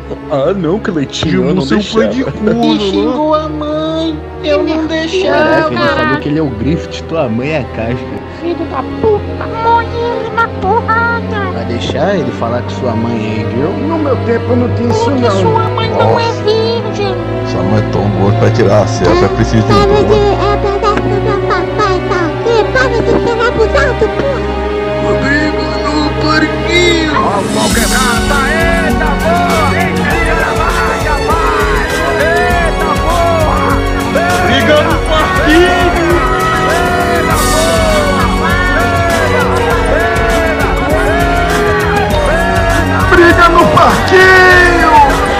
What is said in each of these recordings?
Ah, não, Cleitinho, eu não seu pai de deixava. corno, E xingou a mãe. Eu não deixava. Caraca, ele falou que ele é o Griffith, tua mãe é a casca. Filho da puta. Morre ele na porrada. Vai deixar ele falar que sua mãe é girl? No meu tempo não tinha isso Porque não. sua mãe não é Nossa. virgem. Sua mãe é tão gorda pra tirar a selva, é preciso de um Sabe que corno. é pedaço do meu papai, tá aqui? Para de ser abusado, porra! Rodrigo no porquinho! Ó o pau quebrado, eita porra! Eita vai, rapaz! Eita porra! Briga no parquinho! Eita porra! Briga no parquinho!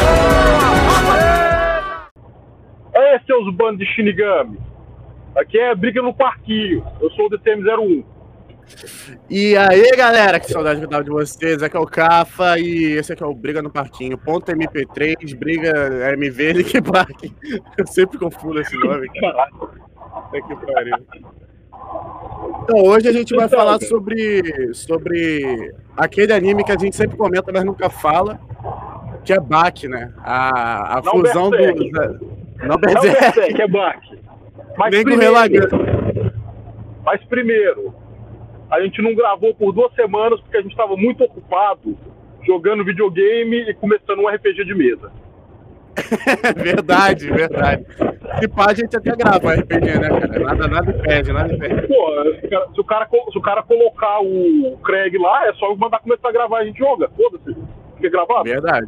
Aí, seus bandos de Shinigami. Aqui é briga no parquinho. Eu sou o DTM01. E aí, galera, que saudade que eu tava de vocês. Aqui é o Cafa e esse aqui é o Briga no Parquinho. Ponto MP3, Briga MV Link Park. Eu sempre confundo esse nome, cara. Puta que pariu. Então, hoje a gente vai falar sobre aquele anime que a gente sempre comenta, mas nunca fala, que é Baki, né? A Não fusão Berserk. Não Não Berserk. Berserk, é Baki. Nem com Relagan. Mas primeiro, a gente não gravou por 2 semanas porque a gente estava muito ocupado jogando videogame e começando um RPG de mesa. Verdade. Se pá, a gente até grava RPG, né, cara? Nada impede. Pô, se o cara colocar o Craig lá, é só mandar começar a gravar e a gente joga. Foda-se. Fica gravado. Verdade.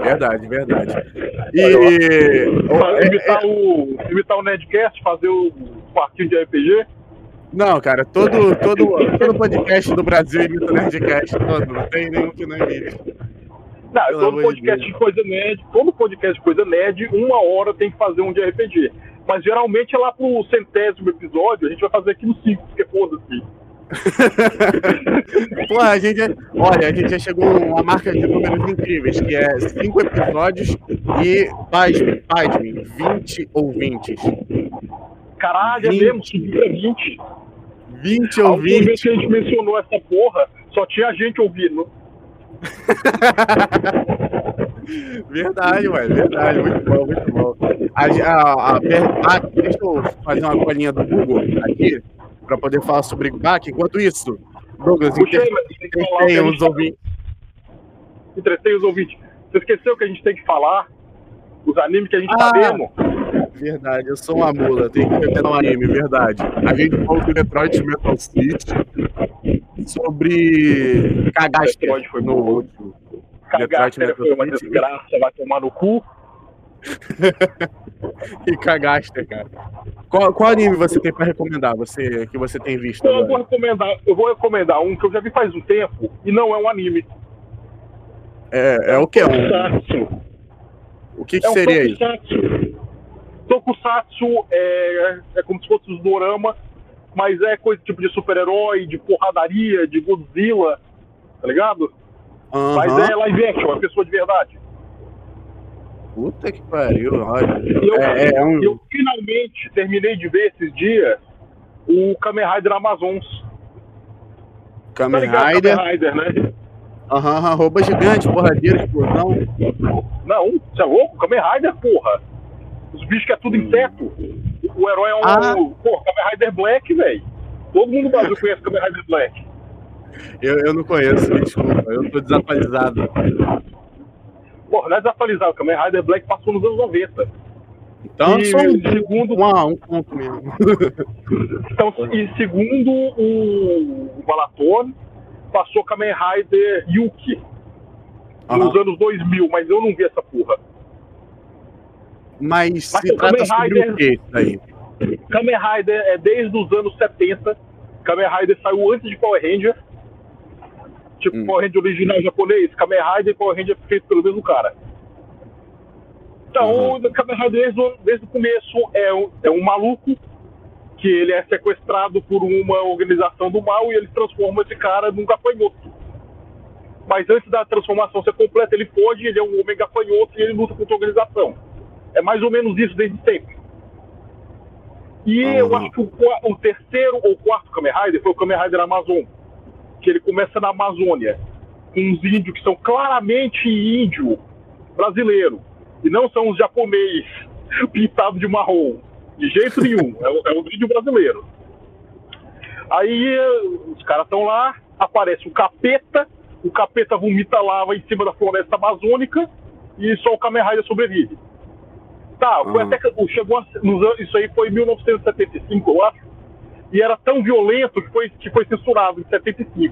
Imitar o Nerdcast, fazer o parquinho de RPG. Não, cara, todo podcast do Brasil imita o Nerdcast, não tem nenhum que não imite. Não, Pelo todo amor podcast de coisa nerd, uma hora tem que fazer um de RPG. Mas geralmente é lá pro 100º episódio, a gente vai fazer aqui no 5, porque foda-se. Porra, a gente já chegou a uma marca de números incríveis, que é 5 episódios e, pasmem, 20 ouvintes. Caralho, é mesmo, subiu pra 20. 20 A última vez ouvintes. que a gente mencionou essa porra, só tinha gente ouvindo. Verdade, muito bom. Deixa eu fazer uma colinha do Google aqui, pra poder falar sobre Baki. Enquanto isso, Douglas, entretém os ouvintes. Entretei os ouvintes. Você esqueceu que a gente tem que falar os animes que a gente tá vendo? Verdade, eu sou uma mula, tenho que revelar um anime, verdade. A gente falou do Detroit Metal City, sobre Kagaster Detroit foi no bom. último. Cagaster foi uma desgraça, vai tomar no cu. E Kagaster, cara. Qual anime você tem pra recomendar, que você tem visto Então, agora? eu vou recomendar um que eu já vi faz um tempo e não é um anime. É o que? Tokusatsu. O que seria isso? Tokusatsu é como se fosse os dorama, mas é coisa tipo de super-herói, de porradaria, de Godzilla, tá ligado? Mas é live action, é pessoa de verdade. Puta que pariu, olha. Eu finalmente terminei de ver esses dias o Kamen Rider Amazons. Kamen Tá ligado, Rider. Kamen Rider, né? Rouba gigante, porradeira, explosão. Não, você é louco? Kamen Rider, porra. Os bichos que é tudo inseto. O herói é um. Porra, Kamen Rider Black, velho. Todo mundo do Brasil conhece Kamen Rider Black. Eu não conheço, me desculpa, eu tô desatualizado. Porra, não é desatualizado. Kamen Rider Black passou nos anos 90. Então, E só segundo um ponto mesmo. Então, e segundo o Balaton, passou Kamen Rider Yuki nos anos 2000, mas eu não vi essa porra. Mas se trata sobre o que isso aí? Kamen Rider é desde os anos 70. Kamen Rider saiu antes de Power Ranger. Tipo, Power Ranger original japonês, Kamen Rider e Power Ranger feito pelo mesmo cara. Então, o Kamen Rider desde o começo é um maluco que ele é sequestrado por uma organização do mal e ele transforma esse cara num gafanhoto. Mas antes da transformação ser completa, ele foge, ele é um homem gafanhoto e ele luta contra a organização. É mais ou menos isso desde sempre. E eu acho que o terceiro ou quarto Kamen Rider foi o Kamen Rider Amazon, que ele começa na Amazônia, com uns índios que são claramente índios brasileiro. E não são os japoneses pintados de marrom. De jeito nenhum. É um vídeo brasileiro. Aí os caras estão lá, aparece o capeta vomita lava em cima da floresta amazônica e só o Kamen Rider sobrevive. Tá, foi até que chegou isso aí foi em 1975, eu acho. E era tão violento que foi censurado em 75.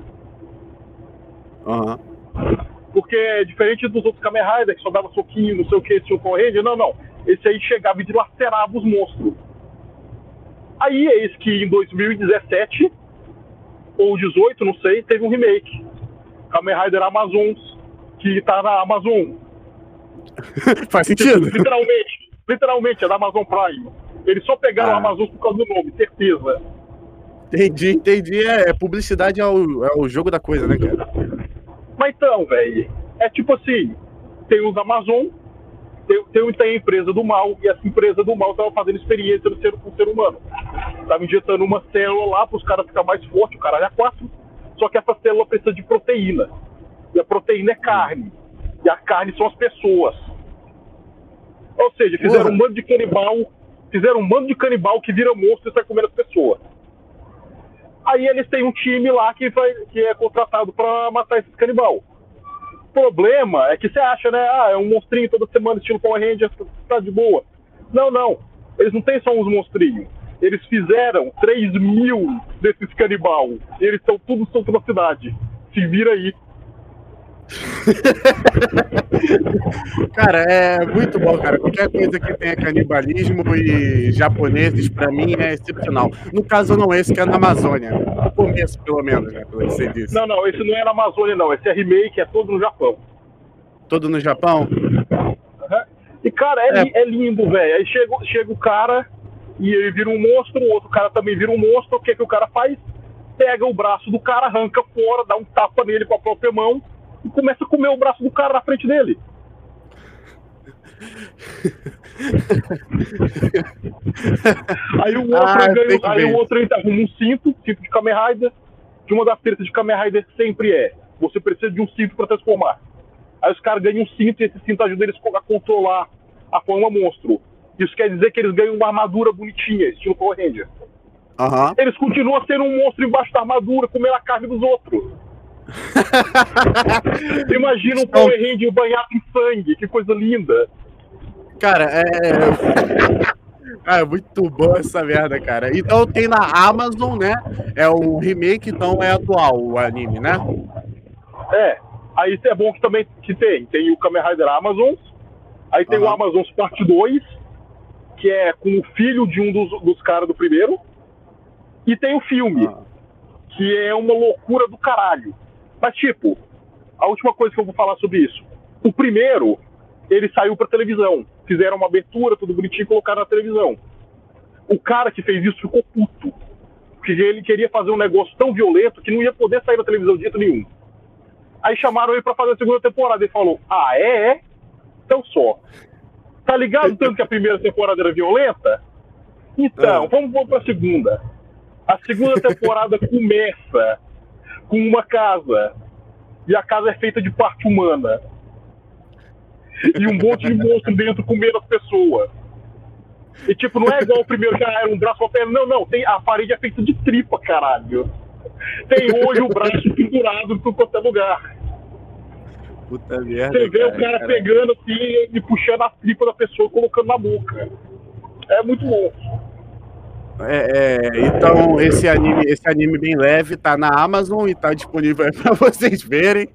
Porque diferente dos outros Kamen Rider, que só dava soquinho, não sei o que, tinha o Power Ranger, não. Esse aí chegava e dilacerava os monstros. Aí é isso que em 2017, ou 18, não sei, teve um remake. Kamen Rider Amazons, que tá na Amazon. Faz sentido. Literalmente, é da Amazon Prime. Eles só pegaram a Amazon por causa do nome, certeza. Entendi. Publicidade é o jogo da coisa, né, cara? Mas então, velho, é tipo assim, tem os Amazon, tem a empresa do mal, e essa empresa do mal tava fazendo experiência com o ser humano. Tava injetando uma célula lá para os caras ficarem mais fortes, o caralho é 4, só que essa célula precisa de proteína. E a proteína é carne. E a carne são as pessoas. Ou seja, fizeram um bando de canibal que vira monstro e sai comendo as pessoas. Aí eles têm um time lá que é contratado para matar esses canibal. O problema é que você acha, né? É um monstrinho toda semana, estilo Power Ranger, tá de boa. Não. Eles não têm só uns monstrinhos. Eles fizeram 3.000 desses canibal. E eles estão tudo soltos na cidade. Se vira aí. Cara, é muito bom, cara. Qualquer coisa que tenha canibalismo e japoneses, pra mim, é excepcional. No caso, não esse, que é na Amazônia. No começo, pelo menos, né? Pelo que você disse. Não, esse não é na Amazônia, não. Esse é remake, é todo no Japão. Todo no Japão? E, cara, é lindo, velho. Aí chega o cara e ele vira um monstro, o outro cara também vira um monstro. O que o cara faz? Pega o braço do cara, arranca fora, dá um tapa nele com a própria mão e começa a comer o braço do cara na frente dele. Aí o outro arruma um cinto de Kamen Rider, que uma das tretas de Kamen Rider sempre você precisa de um cinto para transformar. Aí os caras ganham um cinto e esse cinto ajuda eles a controlar a forma monstro. Isso quer dizer que eles ganham uma armadura bonitinha, estilo Power Ranger. Eles continuam sendo um monstro embaixo da armadura, comendo a carne dos outros. Imagina um Power Ranger banhado em sangue, que coisa linda. Cara, é muito bom essa merda, cara. Então tem na Amazon, né? É um remake, então é atual o anime, né? Aí é bom que também tem o Kamen Rider Amazons. Aí tem o Amazons Parte 2, que é com o filho de um dos caras do primeiro. E tem o filme, que é uma loucura do caralho. Mas, tipo, a última coisa que eu vou falar sobre isso. O primeiro, ele saiu pra televisão. Fizeram uma abertura, tudo bonitinho, e colocaram na televisão. O cara que fez isso ficou puto. Porque ele queria fazer um negócio tão violento que não ia poder sair na televisão de jeito nenhum. Aí chamaram ele pra fazer a segunda temporada. Ele falou, então só. Tá ligado tanto que a primeira temporada era violenta? Então, vamos pra segunda. A segunda temporada começa com uma casa. E a casa é feita de parte humana. E um monte de monstro dentro comendo as pessoas. E tipo, não é igual o primeiro que era um braço, uma perna. Não. A parede é feita de tripa, caralho. Tem olho, o braço pendurado em tudo quanto é lugar. Puta merda. Você vê o cara pegando assim e puxando a tripa da pessoa e colocando na boca. É muito bom. Então esse anime bem leve tá na Amazon e tá disponível aí pra vocês verem.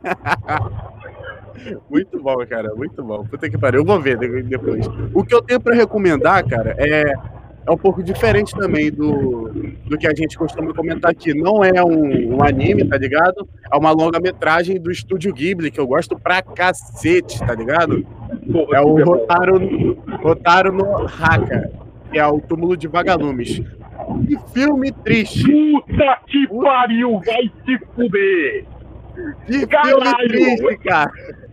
Muito bom, cara, muito bom. Puta que pariu, eu vou ver depois. O que eu tenho pra recomendar, cara, é um pouco diferente também do que a gente costuma comentar aqui. Não é um anime, tá ligado? É uma longa-metragem do Estúdio Ghibli, que eu gosto pra cacete, tá ligado? É o Hotaru no Haka, que é o Túmulo de Vagalumes. Que filme triste. Puta que pariu, vai se fuder. Que filme triste, cara.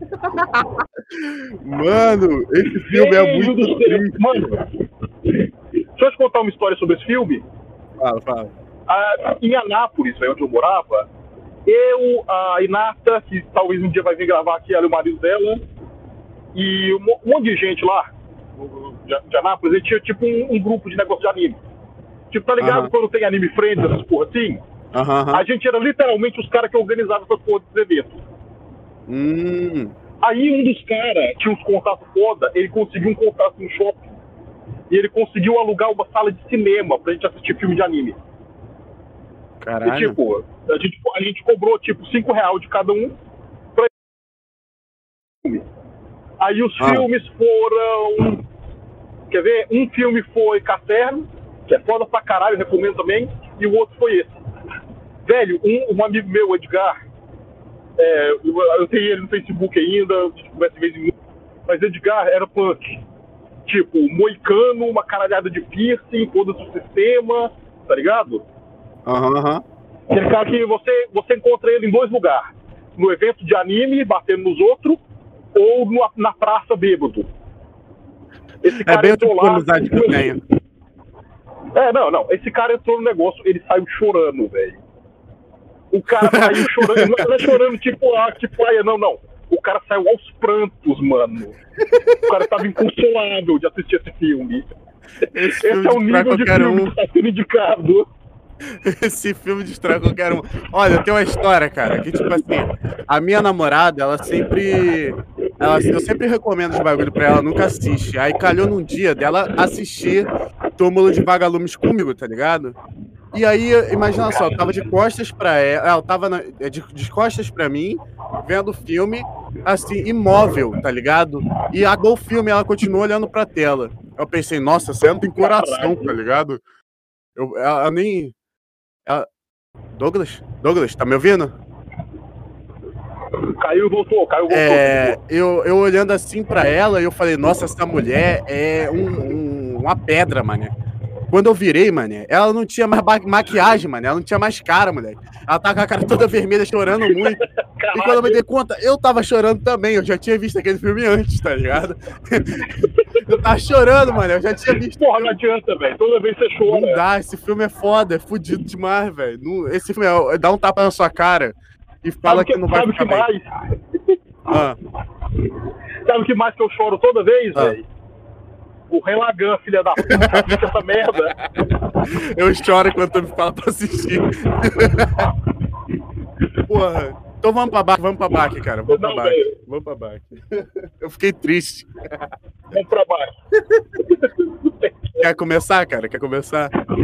Mano, esse filme é muito triste. Mano, deixa eu te contar uma história sobre esse filme. Fala. Em Anápolis, onde eu morava, a Inata, que talvez um dia vai vir gravar aqui, ela e o marido dela, E um monte de gente lá, de Anápolis, ele tinha tipo um grupo de negócio de anime. Tipo, tá ligado quando tem anime friends, essas porra assim? A gente era literalmente os caras que organizavam essas porra dos eventos. Aí um dos caras tinha uns contatos foda, ele conseguiu um contato no shopping. E ele conseguiu alugar uma sala de cinema pra gente assistir filme de anime. Caralho. E tipo, a gente cobrou tipo R$5 de cada um pra filme. Aí os filmes foram... Quer ver? Um filme foi Caserno, que é foda pra caralho, recomendo também. E o outro foi esse. Velho, um amigo meu, Edgar, eu tenho ele no Facebook ainda, a gente conversa de vez em quando, mas Edgar era punk. Tipo, moicano, uma caralhada de piercing, todo o sistema, tá ligado? Aquele cara que você encontra ele em 2 lugares. No evento de anime, batendo nos outros, ou na praça bêbado. Esse cara bem entrou tipo lá... amizade que eu tenho. Não. Esse cara entrou no negócio, ele saiu chorando, velho. O cara saiu chorando, não é chorando tipo, não. O cara saiu aos prantos, mano. O cara tava inconsolável de assistir esse filme. Esse é o nível de filme que tá sendo indicado. Esse filme destrói qualquer um. Olha, tem uma história, cara, que tipo assim, a minha namorada, eu sempre recomendo os bagulho pra ela, nunca assiste. Aí calhou num dia dela assistir Túmulo de Vagalumes comigo, tá ligado? E aí, imagina só, eu tava de costas pra ela tava de costas pra mim, vendo o filme, assim, imóvel, tá ligado? E acabou o filme, ela continuou olhando pra tela. Eu pensei, nossa, você não tem coração, tá ligado? Ela nem... Douglas, tá me ouvindo? Caiu e voltou. Eu olhando assim pra ela, eu falei, nossa, essa mulher é uma pedra, mané. Quando eu virei, mané, ela não tinha mais maquiagem, mané, ela não tinha mais cara, moleque. Ela tava com a cara toda vermelha, chorando muito. E quando eu me dei conta, eu tava chorando também, eu já tinha visto aquele filme antes, tá ligado? Eu tava chorando, mané, eu já tinha visto. Porra, não adianta, velho, toda vez você chora. Não dá, esse filme é foda, é fudido demais, velho. Esse filme dá um tapa na sua cara e fala que não vai ficar bem. Sabe o que mais que eu choro toda vez, velho? O Relagan, filha da puta, assiste essa merda. Eu choro quando tu me fala pra assistir. Porra. Então vamos pra baixo, cara. Vamos pra baixo. Eu fiquei triste. Vamos pra baixo. Quer começar, cara? Quer começar?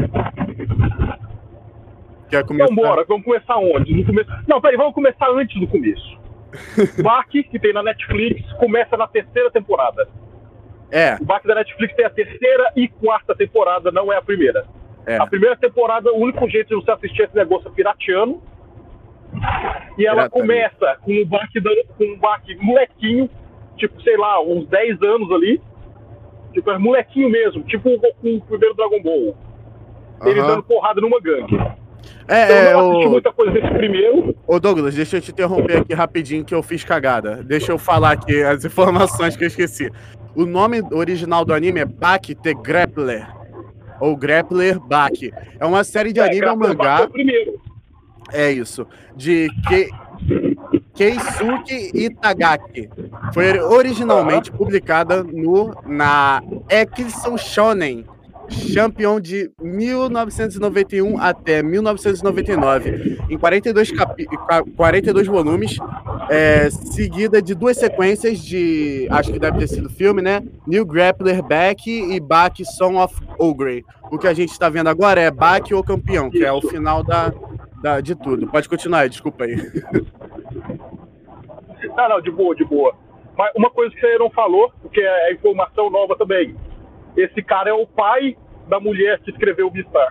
Então bora, vamos começar onde? No começo... Não, peraí, vamos começar antes do começo. Bach, que tem na Netflix, começa na 3ª temporada. O Bach da Netflix tem a 3ª e 4ª temporada, não é a primeira. A primeira temporada, o único jeito de você assistir esse negócio é pirateando. E ela começa com o Bach molequinho, tipo, sei lá, uns 10 anos ali. Tipo, é molequinho mesmo, tipo o Goku, o primeiro Dragon Ball. Ele dando porrada numa gangue. Eu não assisti muita coisa desse primeiro. Ô Douglas, deixa eu te interromper aqui rapidinho que eu fiz cagada. Deixa eu falar aqui as informações que eu esqueci. O nome original do anime é Bach the Grappler. Ou Grappler Bach. É uma série de anime, é um mangá. É o primeiro. É isso. De Keisuke Itagaki. Foi originalmente publicada na Exo Shonen Champion de 1991 até 1999, em 42 volumes, seguida de 2 sequências de, acho que deve ter sido filme, né? New Grappler Back e Bach Song of Ogre. O que a gente está vendo agora é Bach o Campeão, que é o final de tudo. Pode continuar, desculpa aí. Não, de boa. Mas uma coisa que você não falou, porque é informação nova também. Esse cara é o pai da mulher que escreveu o Beastars.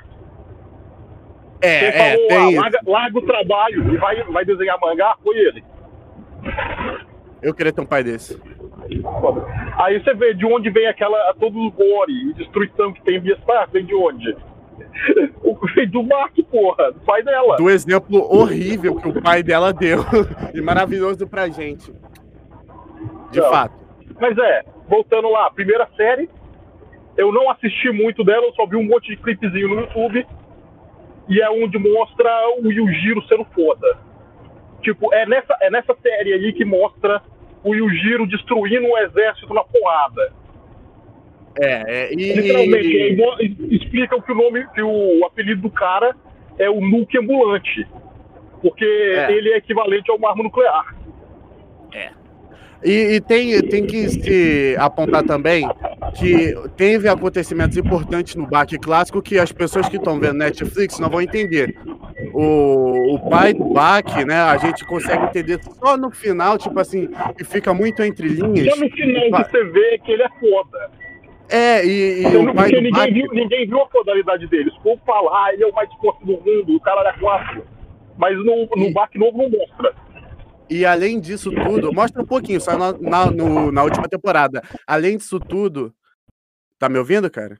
Quem falou, larga o trabalho e vai desenhar mangá, foi ele. Eu queria ter um pai desse. Aí você vê de onde vem todo o gore e destruição que tem em Beastars, vem de onde? Vem do Mark, porra, do pai dela. Do exemplo horrível que o pai dela deu. E maravilhoso pra gente. De fato. Mas voltando lá, primeira série. Eu não assisti muito dela, eu só vi um monte de clipezinho no YouTube. E é onde mostra o Yujiro sendo foda. Tipo, é nessa série aí que mostra o Yujiro destruindo um exército na porrada. Literalmente, aí explicam que o apelido do cara é o Nuke Ambulante. Porque ele é equivalente a uma arma nuclear. E tem que se apontar também que teve acontecimentos importantes no Bach clássico que as pessoas que estão vendo Netflix não vão entender. O pai do Bach, né, a gente consegue entender só no final, tipo assim, que fica muito entre linhas. Só no final que você vê que ele é foda. O pai do Bach... ninguém viu a fodalidade dele. Se for falar, ele é o mais forte do mundo, o cara é 4. Mas no Bach novo não mostra. E além disso tudo, mostra um pouquinho, só na última temporada. Além disso tudo... Tá me ouvindo, cara?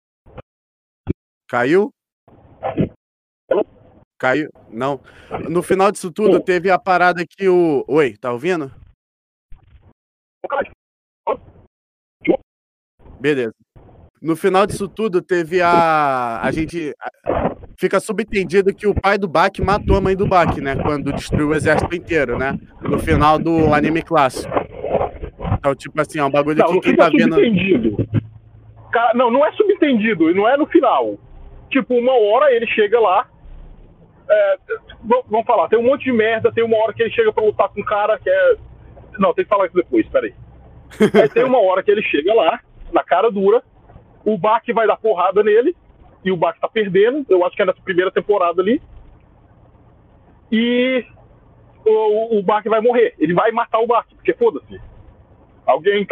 Caiu? Caiu? Não. No final disso tudo, teve a parada que o... Oi, tá ouvindo? Beleza. No final disso tudo, teve a gente... Fica subentendido que o pai do Bach matou a mãe do Bach, né? Quando destruiu o exército inteiro, né? No final do anime clássico. Então, tipo assim, é um bagulho que quem tá vendo... Cara, não é subentendido, não é no final. Tipo, uma hora ele chega lá... vamos falar, tem um monte de merda, tem uma hora que ele chega pra lutar com um cara que é... Não, tem que falar isso depois, peraí. Aí tem uma hora que ele chega lá, na cara dura, o Bach vai dar porrada nele, e o Bach tá perdendo, eu acho que é nessa primeira temporada ali, e o Bach vai morrer, ele vai matar o Bach, porque foda-se. Alguém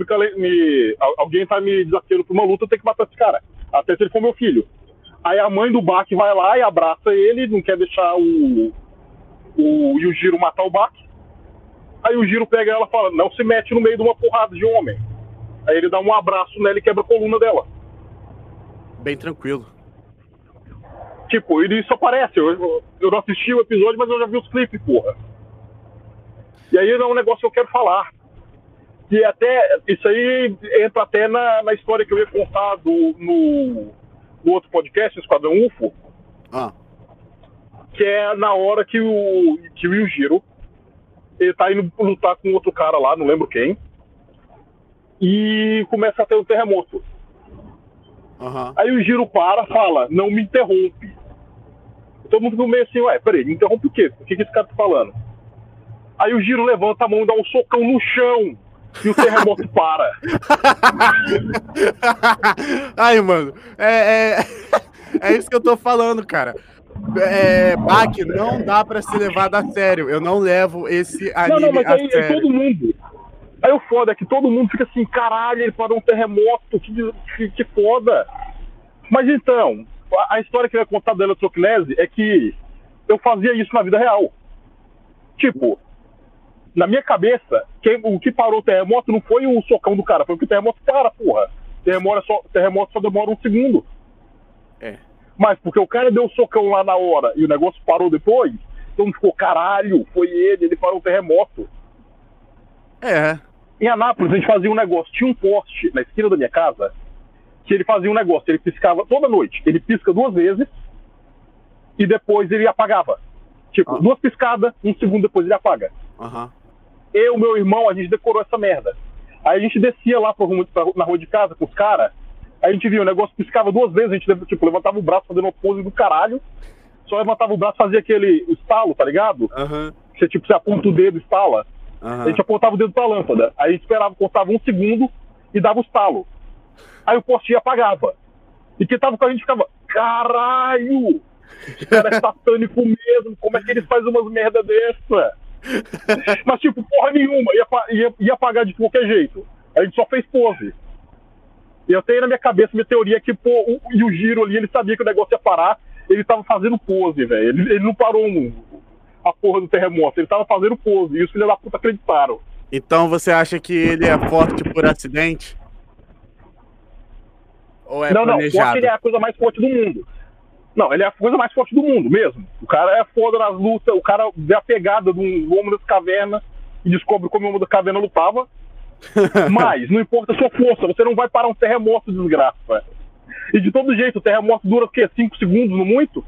tá me desafiando pra uma luta, eu tenho que matar esse cara, até se ele for meu filho. Aí a mãe do Bach vai lá e abraça ele, não quer deixar o Yujiro matar o Bach. Aí o Yujiro pega ela e fala, não se mete no meio de uma porrada de homem. Aí ele dá um abraço nela e quebra a coluna dela. Bem tranquilo. Tipo, isso aparece. Eu não assisti o episódio, mas eu já vi os clipes, porra. E aí é um negócio que eu quero falar. E até, isso aí entra até na história que eu ia contar no outro podcast, o Esquadrão UFO. Que é na hora que o Yujiro, ele tá indo lutar com outro cara lá, não lembro quem. E começa a ter um terremoto. Aí o Yujiro fala, não me interrompe. Todo mundo fica meio assim, peraí, me interrompe o quê? O que esse cara tá falando? Aí o Yujiro levanta a mão e dá um socão no chão. E o terremoto para. Ai, mano, é isso que eu tô falando, cara. Bach não dá pra ser levado a sério. Eu não levo esse anime a sério. Aí todo mundo... Aí o foda é que todo mundo fica assim, caralho, ele parou um terremoto, que foda. Mas então, a história que eu ia contar da eletrocnese é que eu fazia isso na vida real. Tipo, na minha cabeça, o que parou o terremoto não foi o socão do cara, foi o que o terremoto para, porra. Terremoto só demora 1 segundo. Mas porque o cara deu o socão lá na hora e o negócio parou depois, então ficou, caralho, foi ele parou o terremoto. Em Anápolis, a gente fazia um negócio. Tinha um poste na esquina da minha casa que ele fazia um negócio. Ele piscava toda noite. Ele pisca 2 vezes e depois ele apagava. Tipo, 2 piscadas, 1 segundo depois ele apaga. Eu e meu irmão, a gente decorou essa merda. Aí a gente descia lá na rua de casa com os caras. Aí a gente via o negócio, piscava 2 vezes. A gente levantava o braço fazendo uma pose do caralho. Só levantava o braço e fazia aquele estalo, tá ligado? Você aponta o dedo e estala. A gente apontava o dedo pra lâmpada. Aí a gente esperava, contava 1 segundo e dava o estalo. Aí o postinho apagava. E quem tava com a gente ficava, caralho! Esse cara é satânico mesmo, como é que eles fazem umas merda dessa? Mas tipo, porra nenhuma, ia apagar de qualquer jeito. A gente só fez pose. E eu tenho na minha cabeça, minha teoria que o Yujiro ali, ele sabia que o negócio ia parar, ele tava fazendo pose, velho. Ele não parou a porra do terremoto, ele tava fazendo pose, e os filhos da puta acreditaram. Então você acha que ele é forte por acidente? Ou é planejado? Não, forte ele é a coisa mais forte do mundo. Não, ele é a coisa mais forte do mundo mesmo. O cara é foda nas lutas, o cara vê a pegada do homem das cavernas e descobre como o homem da caverna lutava. Mas, não importa a sua força, você não vai parar um terremoto, desgraça. E de todo jeito, o terremoto dura o quê? 5 segundos, no muito?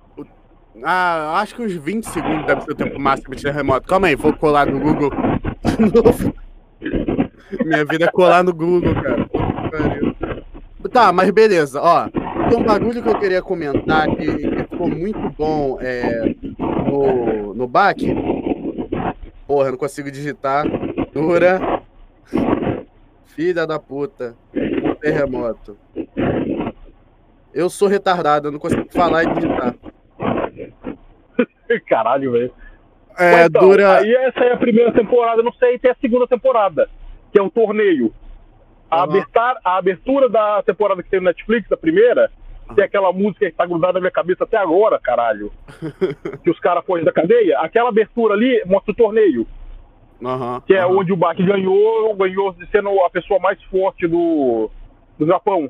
Acho que uns 20 segundos deve ser o tempo máximo de terremoto. Calma aí, vou colar no Google. de novo. Minha vida é colar no Google, cara. Tá, mas beleza, ó. Tem um bagulho que eu queria comentar que ficou muito bom no back. Porra, eu não consigo digitar. Dura. Filha da puta. Um terremoto. Eu sou retardado, eu não consigo falar e digitar. Caralho, velho. Então, dura. Aí essa é a primeira temporada, não sei, tem a segunda temporada, que é um torneio. A abertura da temporada que tem no Netflix, a primeira, tem aquela música que tá grudada na minha cabeça até agora, caralho. Que os caras fogem da cadeia. Aquela abertura ali mostra o torneio. Que é onde o Bach ganhou sendo a pessoa mais forte do Japão.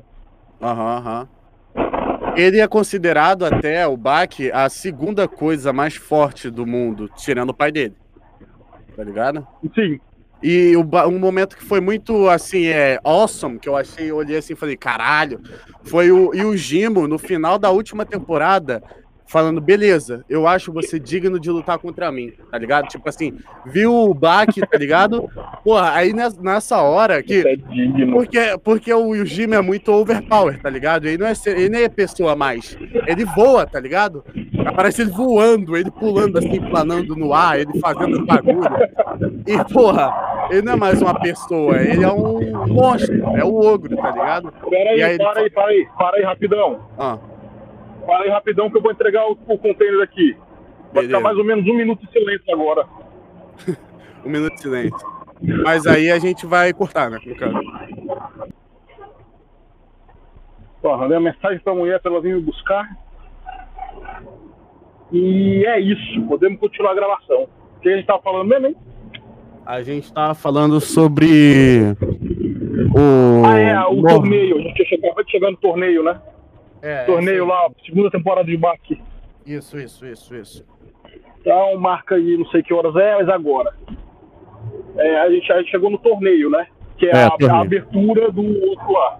Ele é considerado até, o Bach, a segunda coisa mais forte do mundo, tirando o pai dele. Tá ligado? Sim. E um momento que foi muito, assim, awesome, que eu achei, olhei assim e falei, caralho, foi o Yujiro, no final da última temporada, falando, beleza, eu acho você digno de lutar contra mim, tá ligado? Tipo assim, viu o Bach, tá ligado? Porra, aí nessa hora que... Porque o Yujiro é muito overpower, tá ligado? Ele não é pessoa mais. Ele voa, tá ligado? Aparece ele voando, ele pulando assim, planando no ar, ele fazendo os bagulho. E, porra, ele não é mais uma pessoa, ele é um monstro, é o ogro, tá ligado? Para aí, rapidão. Para aí rapidão que eu vou entregar o container aqui. Vai ficar mais ou menos 1 minuto de silêncio agora. 1 minuto de silêncio. Mas aí a gente vai cortar, né, no caso. Mandei uma mensagem pra mulher pra ela vir me buscar. E é isso. Podemos continuar a gravação. O que a gente tava falando mesmo, hein? A gente tava falando sobre o torneio. A gente acabou de chegar no torneio, né? Torneio lá, segunda temporada de Bach. Isso. Então marca aí, não sei que horas é, mas agora. A gente chegou no torneio, né? Que é a abertura do outro lá.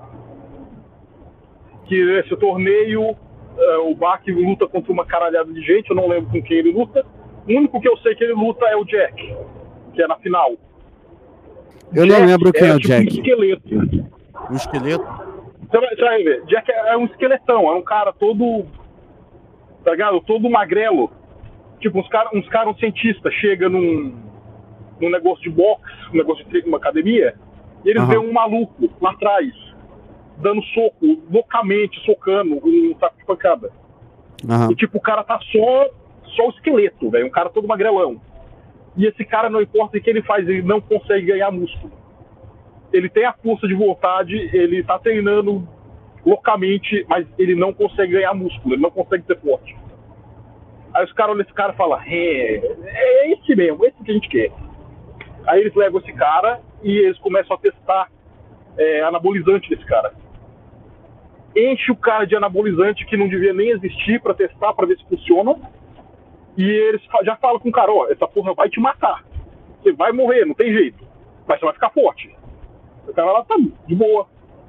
Que nesse torneio, o Bach luta contra uma caralhada de gente, eu não lembro com quem ele luta. O único que eu sei que ele luta é o Jack, que é na final. Eu não lembro quem é o Jack. Um esqueleto. Um esqueleto? Você vai ver, Jack é um esqueletão, é um cara todo, tá ligado? Todo magrelo. Tipo, uns caras cientistas chegam num negócio de boxe, um negócio de uma academia, e eles veem um maluco lá atrás, dando soco, loucamente, socando um saco de pancada. E tipo, o cara tá só o esqueleto, velho, um cara todo magrelão. E esse cara, não importa o que ele faz, ele não consegue ganhar músculo. Ele tem a força de vontade, ele tá treinando loucamente, mas ele não consegue ganhar músculo, ele não consegue ser forte. Aí os caras olham esse cara e falam, é esse mesmo, esse que a gente quer. Aí eles levam esse cara e eles começam a testar anabolizante desse cara. Enche o cara de anabolizante que não devia nem existir pra testar, pra ver se funciona. E eles já falam com o cara, essa porra vai te matar. Você vai morrer, não tem jeito. Mas você vai ficar forte. O cara lá tá de boa.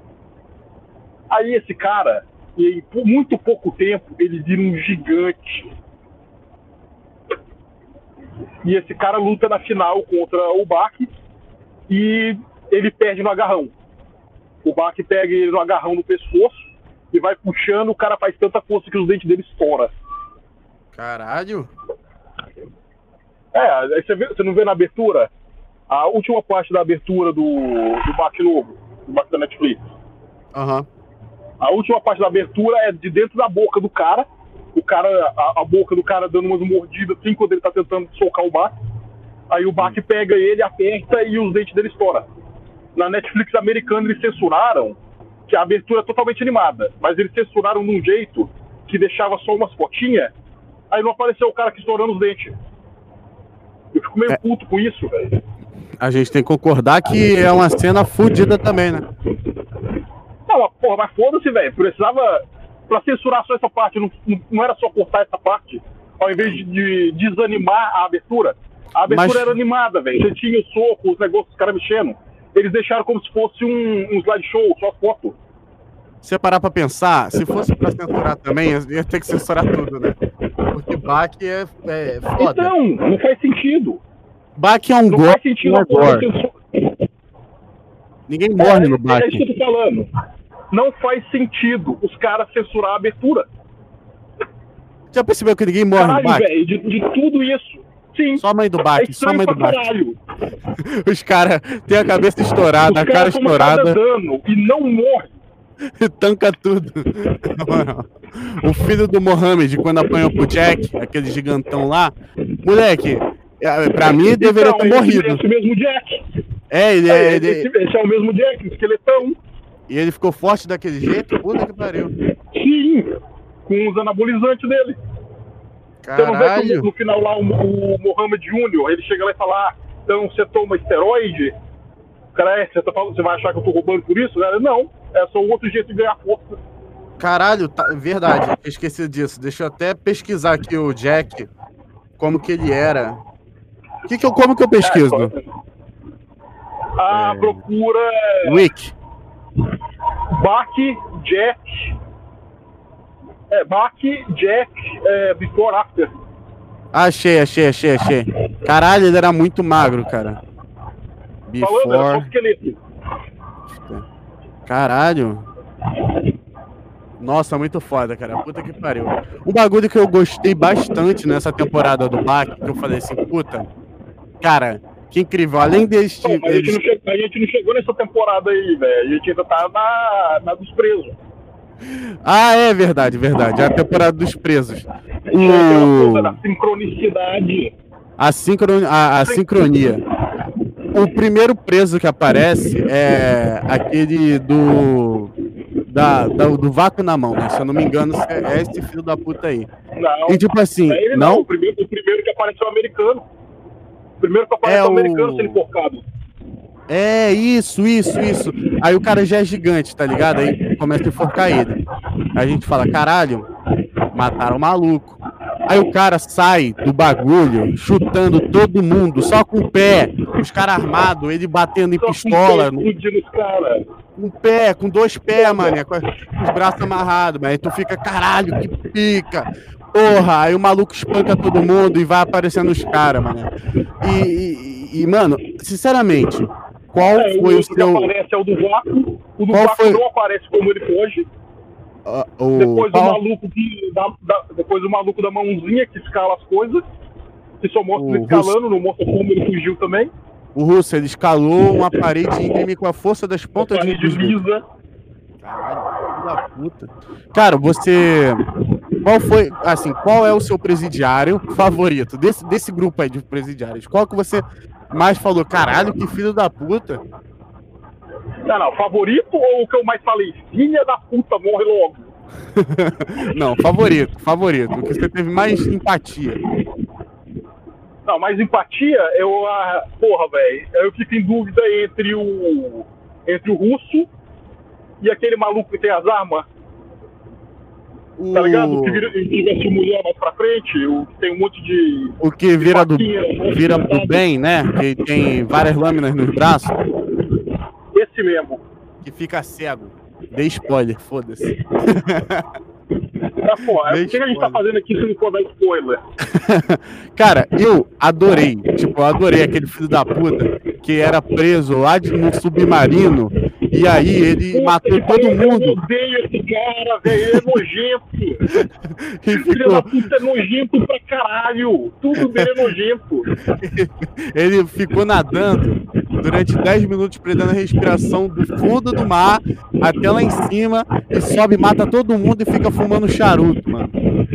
Aí esse cara, e por muito pouco tempo, ele vira um gigante. E esse cara luta na final contra o Bach e ele perde no agarrão. O Bach pega ele no agarrão no pescoço e vai puxando, o cara faz tanta força que os dentes dele estouram. Caralho! Aí você não vê na abertura? A última parte da abertura do Bach novo, do Bach da Netflix. A última parte da abertura é de dentro da boca do cara. O cara, a boca do cara dando umas mordidas assim quando ele tá tentando socar o Bach. Aí o Bach pega ele, aperta e os dentes dele estouram. Na Netflix americana eles censuraram, que a abertura é totalmente animada, mas eles censuraram de um jeito que deixava só umas fotinhas, aí não apareceu o cara que estourando os dentes. Eu fico meio puto com isso, velho. A gente tem que concordar que é uma cena fodida também, né? Não, porra, mas foda-se, velho. Precisava... Pra censurar só essa parte, não era só cortar essa parte, ao invés de desanimar a abertura. A abertura era animada, velho. Você tinha o soco, os negócios, os caras mexendo. Eles deixaram como se fosse um slideshow, só foto. Se você parar pra pensar, se fosse pra censurar também, ia ter que censurar tudo, né? Porque Bach é foda. Então, não faz sentido. Bach é um Não gore, faz sentido não é a porra gore. censurar. Ninguém morre no Bach. É isso que eu tô falando. Não faz sentido os caras censurar a abertura. Já percebeu que ninguém morre no Caralho, Bach? velho, de tudo isso. Sim. Só a mãe do Bach, É só a estranho mãe do pra Bach. caralho. Os caras têm a cabeça estourada, a Os cara caras tomam cada estourada, dano e não morrem. tanca tudo. Na moral. O filho do Mohamed, quando apanhou pro Jack, aquele gigantão lá, moleque, pra mim deveria ter morrido. Esse mesmo Jack. Esse é o mesmo Jack, esqueletão. E ele ficou forte daquele jeito? Puta que pariu. Sim, com os anabolizantes dele. Você não vê que Caralho. no final lá o Mohamed Jr., ele chega lá e fala, então você toma esteroide? Cara, você vai achar que eu tô roubando por isso? Cara, não, é só outro jeito de ganhar força. Caralho, verdade, eu esqueci disso. Deixa eu até pesquisar aqui o Jack, como que ele era. Como que eu pesquiso? Procura Rick. Bach Jack Before After. Achei. Caralho, ele era muito magro, cara. Falando, era só Before. esqueleto. Caralho. Nossa, muito foda, cara. Puta que pariu. Um bagulho que eu gostei bastante nessa temporada do Bach, que eu falei assim, puta, cara, que incrível. Além deste. Não, mas a gente não chegou nessa temporada aí, velho. A gente ainda tá na dos presos. Ah, é verdade. É a temporada dos presos. Da sincronicidade. A sincronia. O primeiro preso que aparece é aquele do vácuo na mão, né? Se eu não me engano, é esse filho da puta aí. Não. E tipo assim, É ele não? O primeiro que apareceu é o americano. O primeiro que apareceu é o americano sendo enforcado. É, isso. Aí o cara já é gigante, tá ligado? Aí começa a enforcar ele. Aí a gente fala, caralho, mataram o maluco. Aí o cara sai do bagulho, chutando todo mundo, só com o pé. Os caras armados, ele batendo em pistola. Com o pé, com 2 pés, mano. Com os braços amarrados, mas aí tu fica, caralho, que pica. Porra, aí o maluco espanca todo mundo e vai aparecendo os caras, mano. E, mano, sinceramente, qual foi o seu... O que aparece é o do vácuo. O do vácuo não aparece como ele foge. Depois o maluco da mãozinha que escala as coisas. Que só mostra ele escalando, não mostra como ele fugiu também. O Russo, ele escalou uma parede íngreme com a força das pontas de lisa. Caralho, filho da puta. Cara, qual é o seu presidiário favorito? Desse grupo aí de presidiários, qual que você mais falou? Caralho, que filho da puta. Não, favorito ou o que eu mais falei? Filha da puta, morre logo. Não, favorito. O que você teve mais empatia. Não, mais empatia, porra, velho, eu fico em dúvida entre o Russo e aquele maluco que tem as armas. Tá ligado? O que veste mulher mais pra frente, o que tem um monte de... O que vira do bem, né? Que tem várias lâminas nos braços. Esse mesmo. Que fica cego. Dei spoiler, foda-se. Por que a gente tá fazendo aqui se não for dar spoiler? Cara, eu adorei aquele filho da puta que era preso lá no submarino e aí ele matou todo mundo. Eu odeio esse cara, velho, ele é nojento. Filho da puta é nojento pra caralho. Tudo dele é nojento. Ele ficou nadando durante 10 minutos prendendo a respiração do fundo do mar até lá em cima e sobe, mata todo mundo e fica fumando charuto, mano.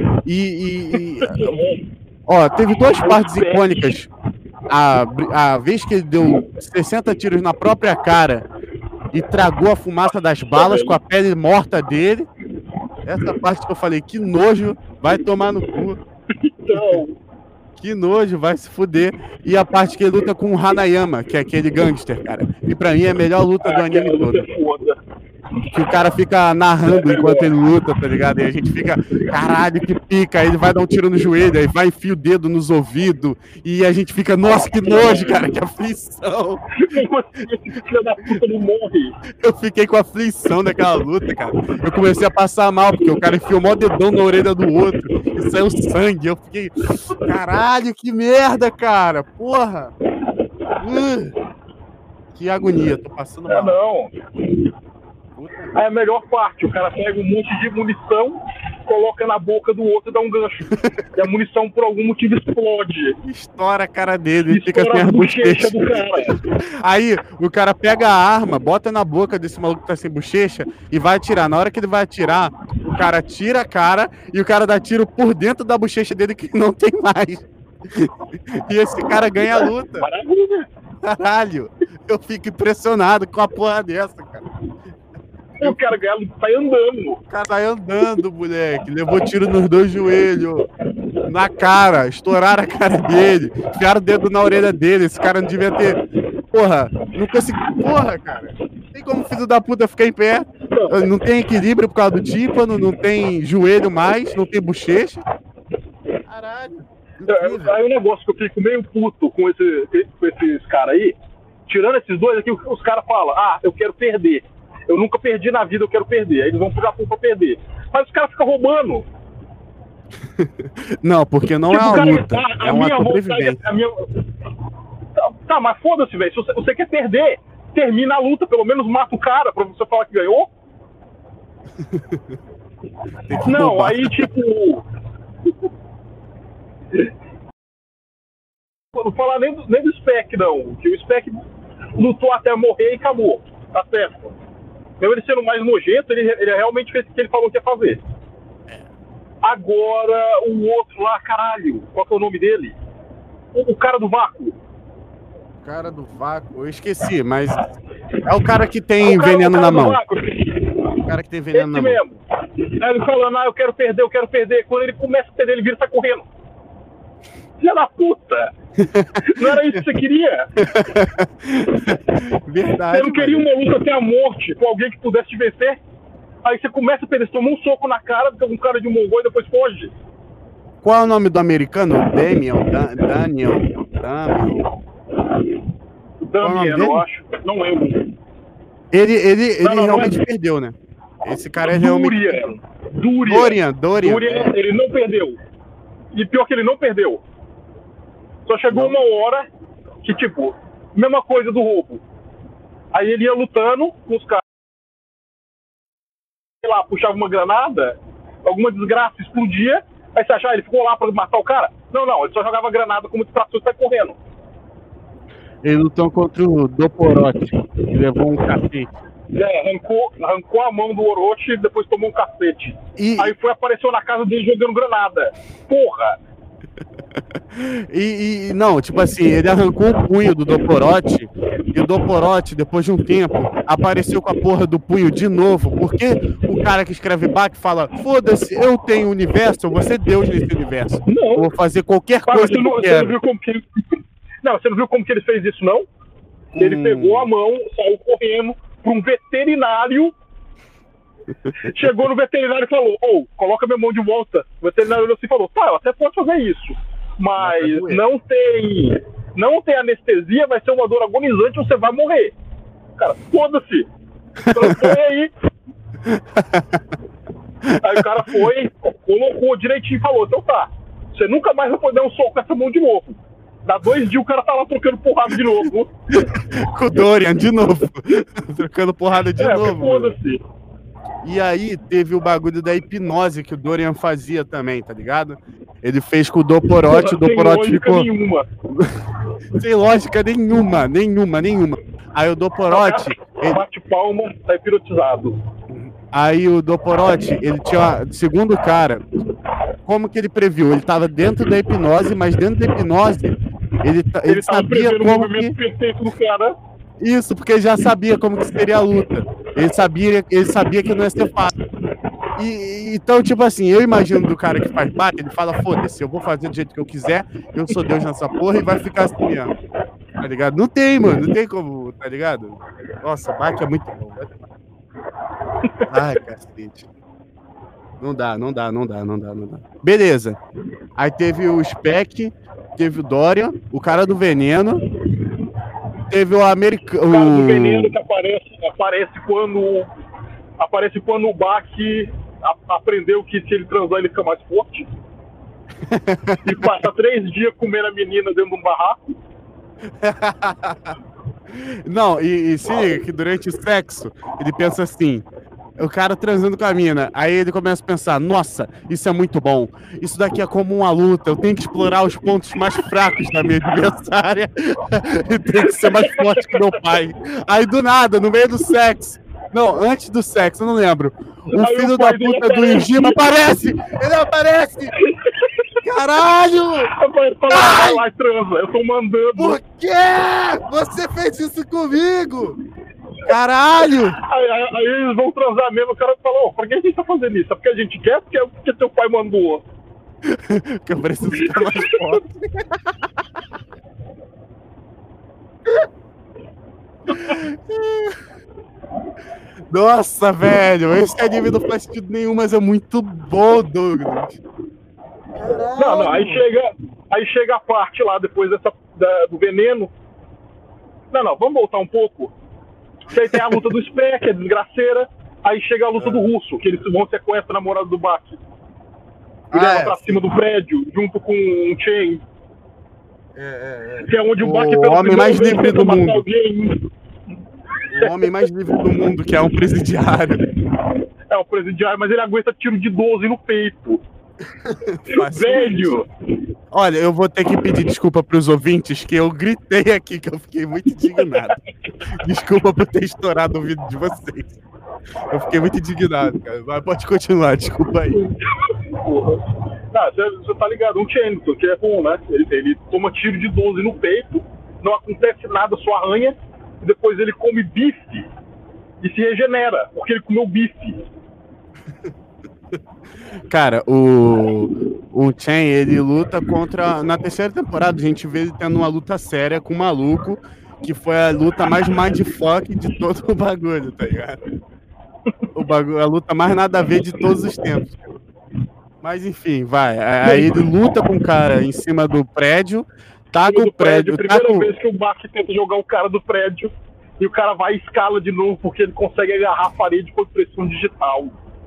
Ó, teve 2 partes icônicas. A vez que ele deu 60 tiros na própria cara e tragou a fumaça das balas com a pele morta dele. Essa parte que eu falei, que nojo, vai tomar no cu. Que nojo, vai se fuder. E a parte que ele luta com o Hanayama, que é aquele gangster, cara. E pra mim é a melhor luta do anime todo. Que o cara fica narrando enquanto ele luta, tá ligado? E a gente fica, caralho, que pica. Aí ele vai dar um tiro no joelho, aí vai enfia o dedo nos ouvidos. E a gente fica, nossa, que nojo, cara, que aflição. Eu fiquei com aflição naquela luta, cara. Eu comecei a passar mal, porque o cara enfiou o maior dedão na orelha do outro. E saiu sangue. Eu fiquei, caralho, que merda, cara. Porra. Que agonia, tô passando É, mal. não. Puta Aí a melhor parte, o cara pega um monte de munição, coloca na boca do outro e dá um gancho. E a munição, por algum motivo, explode. estoura a cara dele, ele fica Estoura sem a as bochecha bochechas. do cara. Aí o cara pega a arma, bota na boca desse maluco que tá sem bochecha e vai atirar. Na hora que ele vai atirar, o cara tira a cara e o cara dá tiro por dentro da bochecha dele que não tem mais. E esse cara ganha a luta. Maravilha. Caralho, eu fico impressionado com a porra dessa, cara. E o cara ganha, sai andando. O cara sai andando, moleque. Levou tiro nos 2 joelhos. Na cara, estouraram a cara dele. Enfiaram o dedo na orelha dele. Esse cara não devia ter. Porra, não consegui. Porra, cara. Não tem como o filho da puta ficar em pé. Não tem equilíbrio por causa do tímpano, não tem joelho mais, não tem bochecha. Caralho. Incrível. Aí o negócio que eu fico meio puto com esses caras aí, tirando esses dois aqui, os caras falam, eu quero perder. Eu nunca perdi na vida, eu quero perder. Aí eles vão pro Japão pra perder. Mas os caras ficam roubando. Não, porque não Tipo, é uma cara, luta, é uma sobrevivência. Tá, mas foda-se, velho. Se você quer perder, termina a luta, pelo menos mata o cara pra você falar que ganhou. Não, roubar. aí tipo... Não falar nem do Spec, não. Que o Spec lutou até morrer e acabou. Tá certo. Mesmo ele sendo mais nojento, ele realmente fez o que ele falou que ia fazer. Agora, o outro lá, caralho, qual que é o nome dele? O cara do vácuo. O cara do vácuo, eu esqueci, mas é o cara que tem veneno na mão. O cara que tem veneno na mão. Esse mesmo. Aí ele falando, eu quero perder, eu quero perder. Quando ele começa a perder, ele vira e sai correndo. Filha da puta! Não era isso que você queria? Verdade. Você não queria uma luta até a morte com alguém que pudesse te vencer? Aí você começa a perder, você toma um soco na cara, fica com cara de um mongol e depois foge. Qual é o nome do americano? Daniel? Damian, eu acho. Não lembro. Ele Não, realmente perdeu, né? Esse cara é realmente... Dorian. Dorian. Ele não perdeu. E pior que ele não perdeu. Só chegou uma hora que, tipo, mesma coisa do roubo. Aí ele ia lutando com os caras. Sei lá, puxava uma granada, alguma desgraça explodia. Aí você achava, ele ficou lá pra matar o cara? Não, ele só jogava granada como distração e sai correndo. Ele lutou contra o Doporote, que levou um cacete. Arrancou a mão do Orochi e depois tomou um cacete. Aí apareceu na casa dele jogando granada. Porra! Não, tipo assim, ele arrancou o punho do Doporote e o Doporote, depois de um tempo, apareceu com a porra do punho de novo, porque o cara que escreve Bach fala, foda-se, eu tenho universo, eu vou ser Deus nesse universo. Não. Eu vou fazer qualquer coisa que eu quero. Você não viu como que ele fez isso, não? Ele pegou a mão, saiu correndo para um veterinário, chegou no veterinário e falou, coloca minha mão de volta. O veterinário olhou assim e falou, eu até posso fazer isso, mas não tem anestesia, vai ser uma dor agonizante, você vai morrer. Cara, foda-se. Foi aí. Aí o cara foi, colocou direitinho e falou, então tá, você nunca mais vai poder dar um soco com essa mão de novo. Dá 2 dias o cara tá lá trocando porrada de novo. Com o Dorian, de novo. Trocando porrada de novo. Foda-se. E aí teve o bagulho da hipnose que o Dorian fazia também, tá ligado? Ele fez com o Doporote, o Doporote ficou... Sem lógica nenhuma. Aí o Doporote... Bate palma, tá hipnotizado. Aí o Doporote, ele tinha... Segundo o cara, como que ele previu? Ele tava dentro da hipnose, mas dentro da hipnose, ele sabia como que... perfeito do cara. Isso, porque ele já sabia como que seria a luta. Ele sabia que não ia ser fácil. Então, tipo assim, eu imagino do cara que faz Bach, ele fala, foda-se, eu vou fazer do jeito que eu quiser, eu sou Deus nessa porra e vai ficar assim mesmo. Tá ligado? Não tem, mano, não tem como, tá ligado? Nossa, Bach é muito bom. Ai, cacete. Não dá. Beleza. Aí teve o Spec, teve o Dorian, o cara do veneno, teve o americano. O cara do veneno que aparece quando o Bach aprendeu que se ele transar ele fica mais forte. E passa 3 dias comendo a menina dentro de um barraco. Não, e se liga que durante o sexo, ele pensa assim, o cara transando com a mina, aí ele começa a pensar, nossa, isso é muito bom, isso daqui é como uma luta, eu tenho que explorar os pontos mais fracos da minha adversária e tenho que ser mais forte que meu pai. Aí do nada, no meio do sexo, não, antes do sexo, eu não lembro, o Aí filho o da pai dele puta do Yujima aparece! Ele aparece! Caralho! Vai lá e transa, eu tô mandando. Por quê? Você fez isso comigo? Caralho! Aí eles vão transar mesmo, o cara fala, ô, por que a gente tá fazendo isso? É porque a gente quer ou porque teu pai mandou? Que eu preciso ficar mais forte. Nossa, velho, esse anime não faz sentido nenhum, mas é muito bom, Douglas. Não, aí chega a parte lá depois do veneno. Não, vamos voltar um pouco. Que aí tem a luta do Spec, que é desgraceira. Aí chega a luta do Russo, que eles vão sequestrar a namorada do Baki. E leva pra cima do prédio, junto com um Chain. Que é onde o Baki o homem mais livre do mundo. Alguém. O homem mais livre do mundo, que é um presidiário. É um presidiário, mas ele aguenta tiro de 12 no peito. Velho! Olha, eu vou ter que pedir desculpa pros ouvintes, que eu gritei aqui, que eu fiquei muito indignado. Desculpa por ter estourado o vídeo de vocês. Eu fiquei muito indignado, cara. Mas pode continuar, desculpa aí. Porra. Você tá ligado, um Chainsaw, que é bom, né? Ele toma tiro de 12 no peito, não acontece nada, só arranha, e depois ele come bife e se regenera, porque ele comeu bife. Cara, o Chen, ele luta contra... Na terceira temporada, a gente vê ele tendo uma luta séria com o maluco, que foi a luta mais mindfuck de todo o bagulho, tá ligado? A luta mais nada a ver de todos os tempos. Mas enfim, vai. Aí ele luta com o cara em cima do prédio, taca o prédio... Primeira vez que o Baki tenta jogar o cara do prédio, e o cara vai e escala de novo, porque ele consegue agarrar a parede com impressão digital.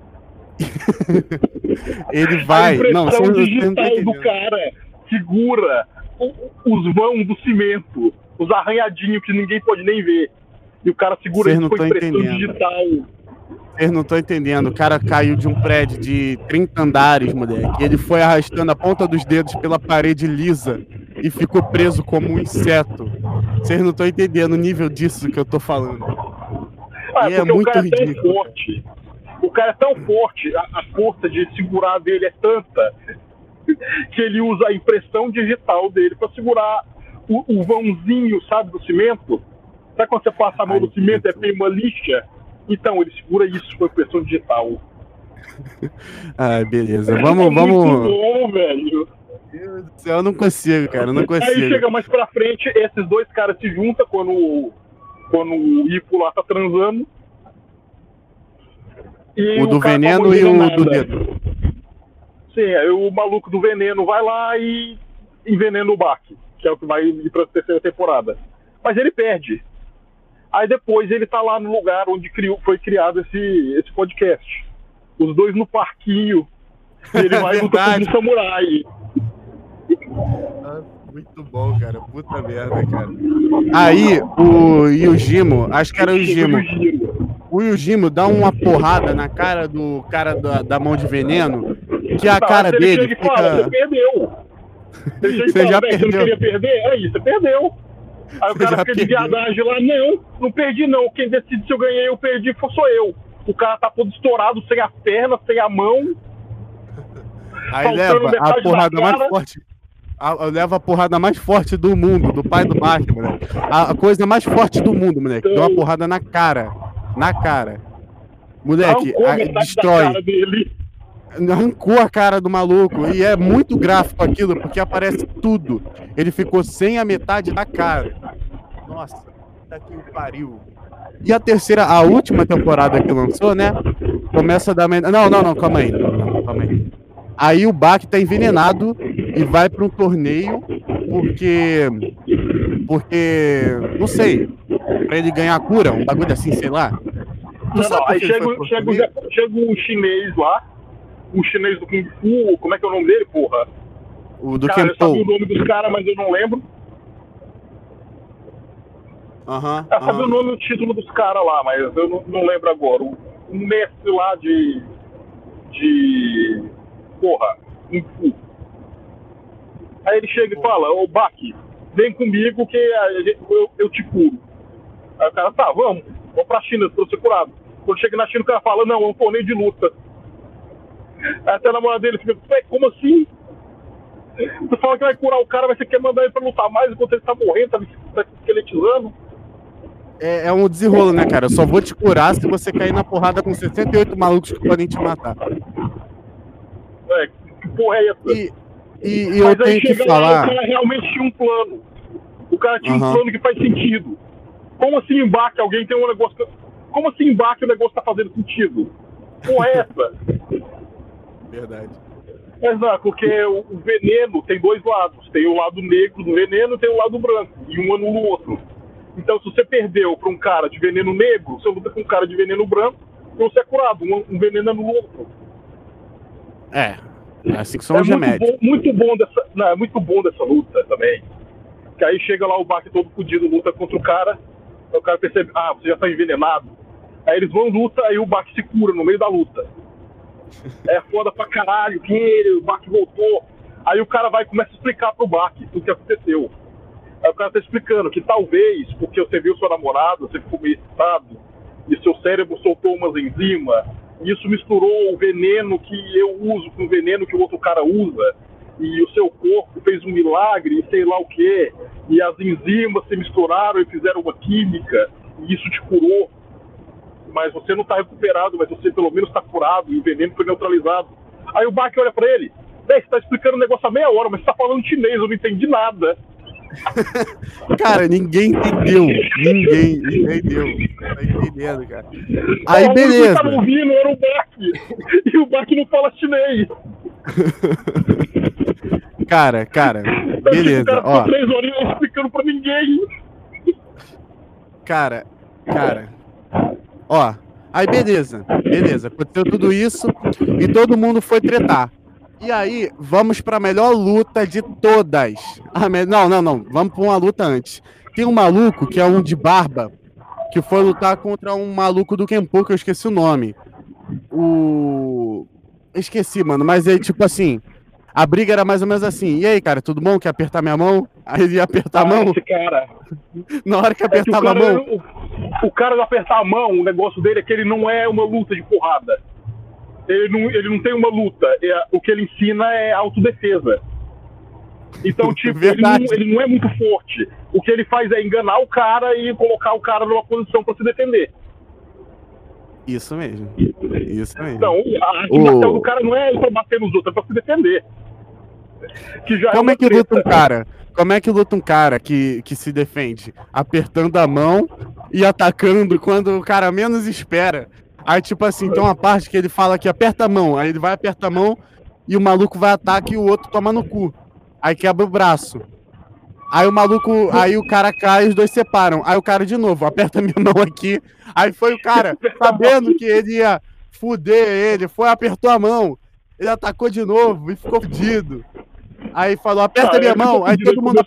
Ele vai. Não, a digital do cara segura os vãos do cimento, os arranhadinhos que ninguém pode nem ver. E o cara segura isso com impressão digital. Vocês não estão entendendo. O cara caiu de um prédio de 30 andares, moleque. Ele foi arrastando a ponta dos dedos pela parede lisa e ficou preso como um inseto. Vocês não estão entendendo o nível disso que eu tô falando. E é muito ridículo. O cara é tão forte, a força de segurar dele é tanta, que ele usa a impressão digital dele para segurar o vãozinho, sabe, do cimento. Sabe quando você passa a mão no cimento e tem uma lixa? Então, ele segura isso com a impressão digital. Ah, beleza. Vamos. Muito bom, velho. Meu Deus do céu, eu não consigo, cara. Eu não consigo. Aí chega mais pra frente, esses dois caras se juntam quando o Ipo lá tá transando. E o do veneno e o do dedo. Sim, aí o maluco do veneno vai lá e envenena o Baki, que é o que vai ir pra terceira temporada. Mas ele perde. Aí depois ele tá lá no lugar onde foi criado esse podcast. Os dois no parquinho. E ele vai lutar com o samurai. Muito bom, cara. Puta merda, cara. Aí o Yujimo, acho que era o Yujimo. O Yujimo dá uma porrada na cara do cara da mão de veneno, que a cara dele fica... Fala, você perdeu. Você já perdeu. Você não queria perder? Aí, você perdeu. Aí o cara fica de viadagem lá, não perdi não. Quem decide se eu ganhei ou perdi sou eu. O cara tá todo estourado, sem a perna, sem a mão. Aí leva a porrada mais forte. Leva a porrada mais forte do mundo, do pai do Baki, moleque. A coisa mais forte do mundo, moleque. Deu uma porrada na cara. Na cara. Moleque, destrói. Arrancou a cara do maluco. E é muito gráfico aquilo, porque aparece tudo. Ele ficou sem a metade da cara. Nossa, puta que pariu. E a terceira, a última temporada que lançou, né? Começa a dar... Não, calma aí. Calma aí. Aí o Baki tá envenenado e vai para um torneio porque, não sei, pra ele ganhar a cura, um bagulho assim, sei lá. Não, aí chega um chinês lá, um chinês do Kung Fu, como é que é o nome dele, porra? O do cara, Kenpo. Eu sabia o nome dos caras, mas eu não lembro. Sabe o nome e o título dos caras lá, mas eu não lembro agora. Um mestre lá de porra, Kung Fu. Aí ele chega e fala, ô Baki, vem comigo que eu te curo. Aí o cara, tá, vamos pra China pra ser curado. Quando chega na China o cara fala, não, é um torneio de luta. Aí até a namorada dele fica, como assim? Tu fala que vai curar o cara, mas você quer mandar ele pra lutar mais enquanto ele tá morrendo, tá se esqueletizando. É um desenrolo, né, cara? Eu só vou te curar se você cair na porrada com 68 malucos que podem te matar. Que porra é essa? E eu tenho que falar... O cara realmente tinha um plano. O cara tinha um plano que faz sentido. Como assim embaque alguém tem um negócio... Como assim embaque o negócio tá fazendo sentido? Porra é essa? Verdade. Exato, porque o veneno tem dois lados. Tem o lado negro do veneno e tem o lado branco. E um anula o outro. Então, se você perdeu para um cara de veneno negro, você luta com um cara de veneno branco, então você é curado. Um veneno anula o outro. É assim que são os remédios. Muito bom dessa luta também. Que aí chega lá o Baki todo fodido, luta contra o cara. Aí o cara percebe, você já tá envenenado. Aí eles vão luta, aí o Baki se cura no meio da luta. É foda pra caralho, o Baki voltou. Aí o cara vai e começa a explicar pro Baki o que aconteceu. Aí o cara tá explicando que talvez, porque você viu sua namorada, você ficou meio excitado, e seu cérebro soltou umas enzimas, e isso misturou o veneno que eu uso com o veneno que o outro cara usa, e o seu corpo fez um milagre, e sei lá o que, e as enzimas se misturaram e fizeram uma química, e isso te curou. Mas você não tá recuperado, mas você pelo menos tá curado, e o veneno foi neutralizado. Aí o Baki olha pra ele, você tá explicando o negócio há meia hora, mas você tá falando chinês, eu não entendi nada. Cara, ninguém entendeu. Ninguém entendeu. Tá entendendo, cara. Aí, beleza. O que tava ouvindo era o Baki. E o Baki não fala chinês. Cara, beleza. O cara ficou 3 horinhas explicando pra ninguém. Cara. Ó, aí beleza. Aconteceu tudo isso e todo mundo foi tretar. E aí, vamos pra melhor luta de todas. Não. Vamos pra uma luta antes. Tem um maluco, que é um de barba, que foi lutar contra um maluco do Kenpo, que eu esqueci o nome. Esqueci, mano, mas é tipo assim... A briga era mais ou menos assim. E aí, cara, tudo bom? Quer apertar minha mão? Aí ele ia apertar a mão. Esse cara... Na hora que apertava a mão... O cara de apertar a mão, o negócio dele é que ele não é uma luta de porrada. Ele não tem uma luta. O que ele ensina é autodefesa. Então, tipo, ele não é muito forte. O que ele faz é enganar o cara e colocar o cara numa posição pra se defender. Isso mesmo. Então, a arte marcial do cara não é pra bater nos outros, é pra se defender. Como é que luta um cara que se defende? Apertando a mão e atacando quando o cara menos espera. Aí, tipo assim, tem uma parte que ele fala que aperta a mão. Aí ele vai apertar a mão e o maluco vai atacar e o outro toma no cu. Aí quebra o braço. Aí o cara cai e os dois separam. Aí o cara de novo, aperta minha mão aqui. Aí foi o cara, sabendo que ele ia fuder ele, apertou a mão. Ele atacou de novo e ficou fudido. Aí falou, aperta minha mão. Aí todo mundo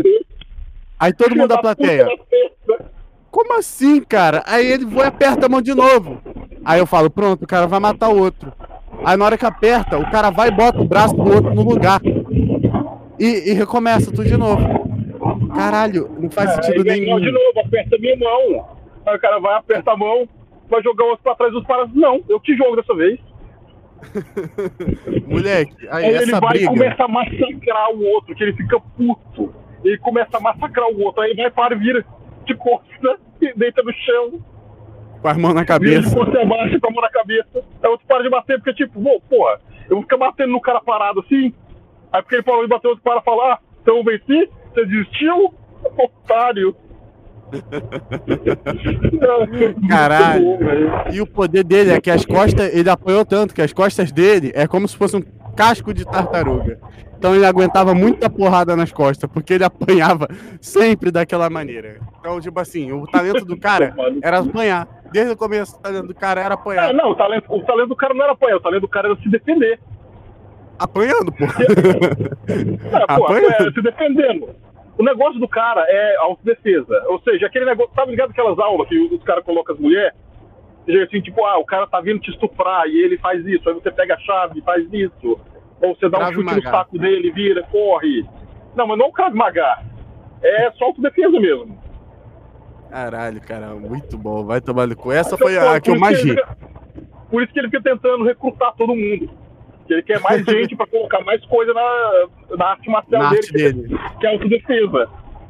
da plateia. Como assim, cara? Aí ele vai e aperta a mão de novo. Aí eu falo, pronto, o cara vai matar o outro. Aí na hora que aperta, o cara vai e bota o braço do outro no lugar. E recomeça tudo de novo. Caralho, não faz sentido nenhum. De novo, aperta minha mão. Aí o cara vai, aperta a mão, vai jogar o outro pra trás dos caras. Não, eu te jogo dessa vez. Moleque, aí ele essa vai briga... e começa a massacrar o outro, que ele fica puto. Ele começa a massacrar o outro, aí ele vai para e vira de costa e deita no chão. Com as mãos na cabeça. Vira de costa abaixo com a mão na cabeça. Aí o outro para de bater, porque tipo, porra, eu vou ficar batendo no cara parado assim. Aí porque ele parou de bater, o outro para falar, então eu venci? Você desistiu? Otário. Caralho. E o poder dele é que as costas, ele apanhou tanto que as costas dele é como se fosse um casco de tartaruga. Então ele aguentava muita porrada nas costas, porque ele apanhava sempre daquela maneira. Então, tipo assim, o talento do cara era apanhar. Desde o começo, o talento do cara era apanhar. Não, o talento do cara não era apanhar, o talento do cara era se defender. Apanhando, pô. Apanhando, se defendendo. O negócio do cara é autodefesa. Ou seja, aquele negócio, tá ligado aquelas aulas que os caras colocam as mulheres? Assim, tipo, o cara tá vindo te estuprar e ele faz isso, aí você pega a chave e faz isso. Ou você dá um chute no saco dele, vira, corre. Não, mas não é o Krav Maga. É só autodefesa mesmo. Caralho, cara, muito bom. Vai tomar no cu. Essa foi a que eu mais ri. Por isso que ele fica tentando recrutar todo mundo. Que ele quer mais gente pra colocar mais coisa na arte marcial dele. Que é autodefesa.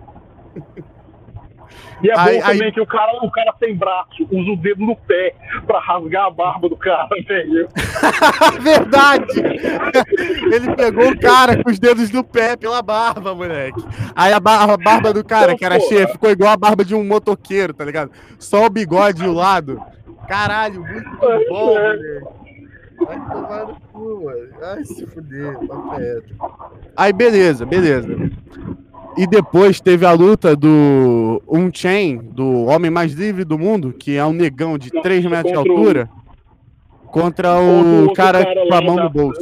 E é bom também que o cara sem braço usa o dedo no pé pra rasgar a barba do cara, velho. Verdade! Ele pegou o cara com os dedos no pé pela barba, moleque. Aí a barba do cara, que era cheia, ficou igual a barba de um motoqueiro, tá ligado? Só o bigode e o lado. Caralho, muito bom, moleque. Vai tomar no cu, mano. Ai, se fuder, tá perto. Aí, beleza. E depois teve a luta do Unchained, do homem mais livre do mundo, que é um negão de 3 metros de altura, contra o cara com a mão no bolso.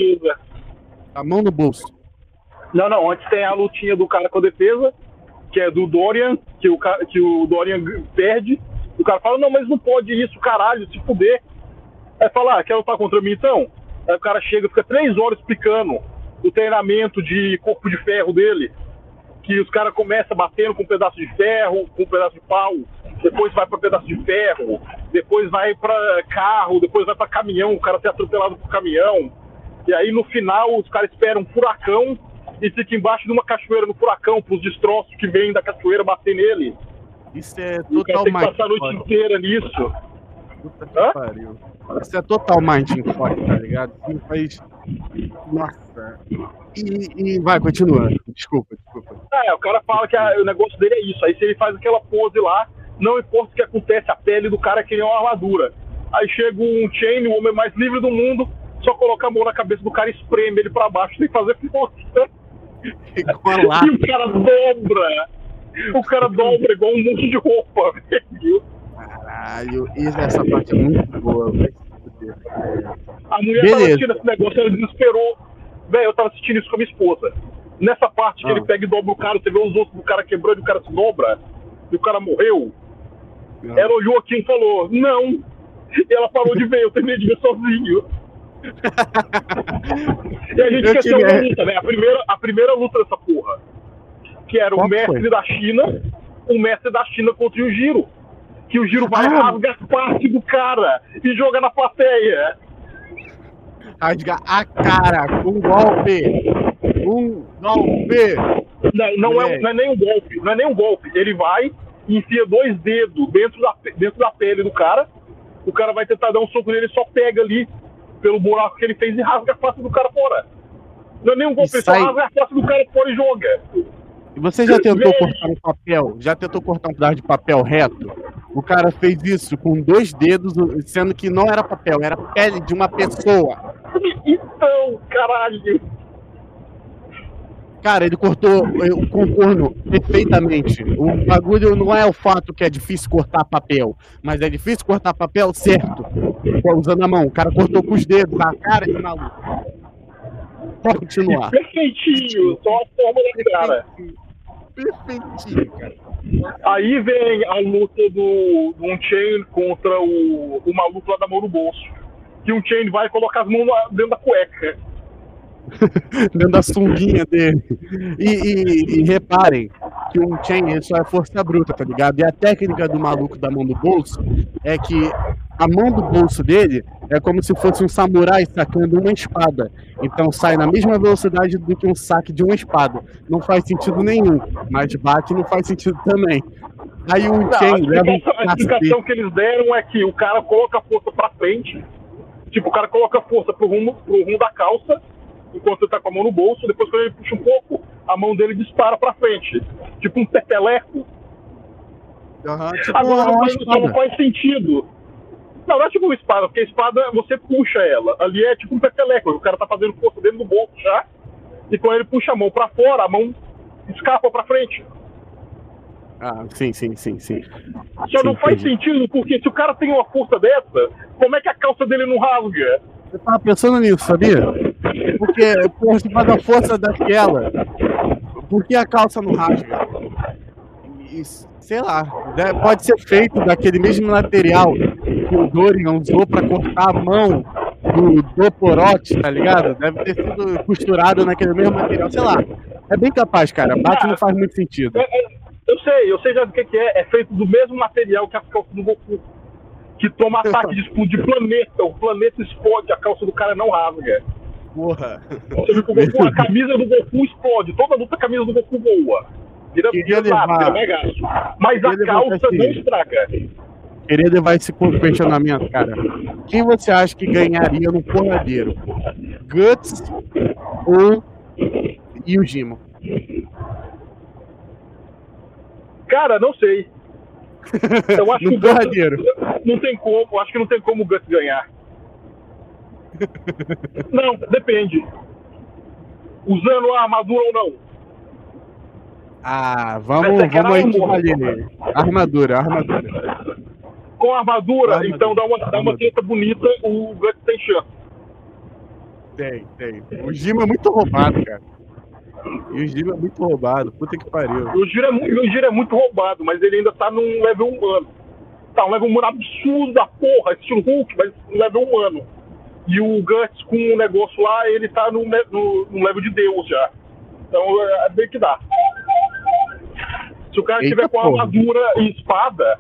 A mão no bolso. Não, antes tem a lutinha do cara com a defesa, que é do Dorian, que o Dorian perde. O cara fala, não, mas não pode isso, caralho, se fuder. Aí fala, quer lutar contra mim então? Aí o cara chega, fica 3 horas explicando o treinamento de corpo de ferro dele. Que os caras começam batendo com um pedaço de ferro, com um pedaço de pau, depois vai para pedaço de ferro, depois vai para carro, depois vai para caminhão, o cara ser atropelado por caminhão. E aí no final os caras esperam um furacão e fica embaixo de uma cachoeira no furacão para os destroços que vêm da cachoeira bater nele. Isso é total. O cara tem que passar a noite inteira nisso. Puta que pariu. Isso é total minding fuck, tá ligado? Isso faz... Nossa. E vai, continua. Desculpa. O cara fala que o negócio dele é isso. Aí se ele faz aquela pose lá, não importa o que acontece, a pele do cara é que nem uma armadura. Aí chega um Chain, o homem mais livre do mundo, só coloca a mão na cabeça do cara e espreme ele pra baixo sem fazer força. E o cara dobra. O cara dobra igual um monte de roupa, velho. Caralho, essa parte é muito boa, velho. A mulher tava assistindo esse negócio, ela desesperou. Velho, eu tava assistindo isso com a minha esposa. Nessa parte que ele pega e dobra o cara, você vê os ossos do cara quebrando e o cara se dobra, e o cara morreu. Ela olhou aqui e falou, não. E ela parou de ver, eu terminei de ver sozinho. E a gente esqueceu uma luta, né? A primeira luta dessa porra. Que era o mestre da China contra o Yujiro. Que o Yujiro vai rasgar parte do cara e joga na plateia. Rasgar a cara com um golpe. Não é nem um golpe. Ele vai e enfia 2 dedos dentro da pele do cara. O cara vai tentar dar um soco nele, só pega ali pelo buraco que ele fez e rasga a face do cara fora. Não é nem um golpe, ele só rasga a face do cara fora e joga. E você já tentou cortar um papel? Já tentou cortar um pedaço de papel reto? O cara fez isso com 2 dedos, sendo que não era papel, era pele de uma pessoa. Então, caralho. Cara, ele cortou o contorno perfeitamente. O bagulho não é o fato que é difícil cortar papel, mas é difícil cortar papel certo, usando a mão. O cara cortou com os dedos, a cara de maluco. Pode continuar. Perfeitinho, só a forma da cara. Perfeitinho, cara. Aí vem a luta do Unchained contra o maluco lá da mão no bolso. Que o Unchained vai colocar as mãos dentro da cueca. Dentro da sunguinha dele. E reparem que o Unchained só é força bruta, tá ligado? E a técnica do maluco da mão no bolso é que a mão do bolso dele é como se fosse um samurai sacando uma espada. Então sai na mesma velocidade do que um saque de uma espada. Não faz sentido nenhum, mas bate não faz sentido também. Aí o Unchained leva um cacete. A explicação que eles deram é que o cara coloca a força pra frente. Tipo, o cara coloca a força pro rumo da calça, enquanto ele tá com a mão no bolso. Depois, quando ele puxa um pouco, a mão dele dispara pra frente. Tipo um peteleco. Tipo agora não faz sentido. Não é tipo uma espada, porque a espada você puxa ela. Ali é tipo um peteleco, o cara tá fazendo força dentro do bolso já. E quando ele puxa a mão pra fora, a mão escapa pra frente. Sim. Só não faz sentido, porque se o cara tem uma força dessa, como é que a calça dele não rasga? Eu tava pensando nisso, sabia? Porque, porra, se faz a força daquela, Por que a calça não rasga? Sei lá, pode ser feito daquele mesmo material que o Dorian usou pra cortar a mão do Doporote, tá ligado? Deve ter sido costurado naquele mesmo material, sei lá. É bem capaz, cara. Bate não faz muito sentido. Eu sei já do que é. É feito do mesmo material que a calça do Goku. Que toma ataque de explodir planeta. O planeta explode, a calça do cara não rasga. Porra. Você viu que o Goku, a camisa do Goku explode. Toda luta a camisa do Goku voa. Vira mais gasto. Mas a calça não estraga. Queria levar esse questionamento, cara. Quem você acha que ganharia no porradeiro? Guts ou Yujima? Cara, não sei. Eu acho que o porradeiro. Não tem como. Acho que não tem como o Guts ganhar. Não, depende. Usando a armadura ou não. Ah, vamos aí que valer. Armadura. Com a armadura, então dá uma treta bonita, o Guts tem chance. Tem. O Jima é muito roubado, cara. Puta que pariu. O Giro é muito roubado, mas ele ainda tá num level humano. Tá um level humano absurdo da porra, estilo Hulk, mas um level humano. E o Guts com um negócio lá, ele tá num level de Deus já. Então é bem que dá. Se o cara tiver com armadura e espada,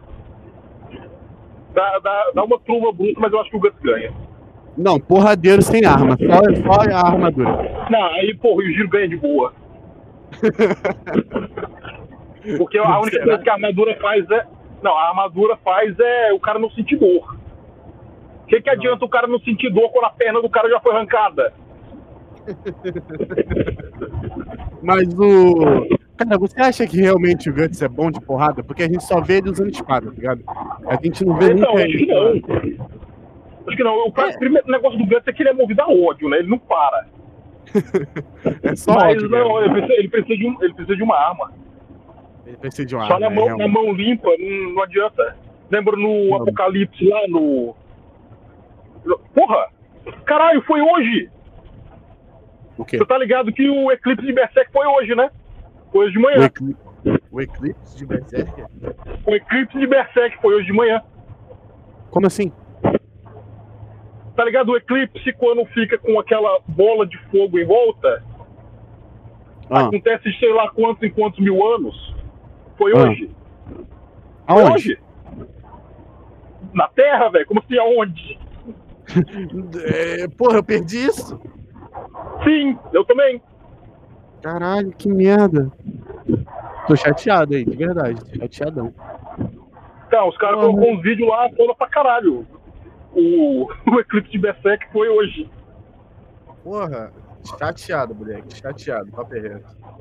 dá uma turma bruta, mas eu acho que o Guts ganha. Não, porradeiro sem arma, só a armadura. Não, aí, porra, o Giro ganha de boa. Porque a única coisa que a armadura faz é... Não, a armadura faz é o cara não sentir dor. O que adianta o cara não sentir dor quando a perna do cara já foi arrancada? Mas Cara, você acha que realmente o Guts é bom de porrada? Porque a gente só vê ele usando espada, tá ligado? A gente não vê nunca ele. Acho que não. O primeiro negócio do Guts é que ele é movido a ódio, né? Ele não para. É só mas ódio, não, ele precisa de uma arma. Ele precisa de uma só arma. Só na mão limpa, não adianta. Lembra no Apocalipse lá no... Porra! Caralho, foi hoje! O quê? Você tá ligado que o eclipse de Berserk foi hoje, né? Foi hoje de manhã. O eclipse de Berserk? O eclipse de Berserk foi hoje de manhã. Como assim? Tá ligado? O eclipse, quando fica com aquela bola de fogo em volta, acontece sei lá quantos em quantos mil anos. Foi hoje. Aonde? Foi hoje. Na Terra, velho. Como assim, aonde? Porra, eu perdi isso? Sim, eu também. Caralho, que merda. Tô chateado aí, de verdade. Chateadão. Então, os caras colocou uns vídeos lá, foda pra caralho. O eclipse de Berserk foi hoje. Porra, chateado, moleque. Chateado, papo reto.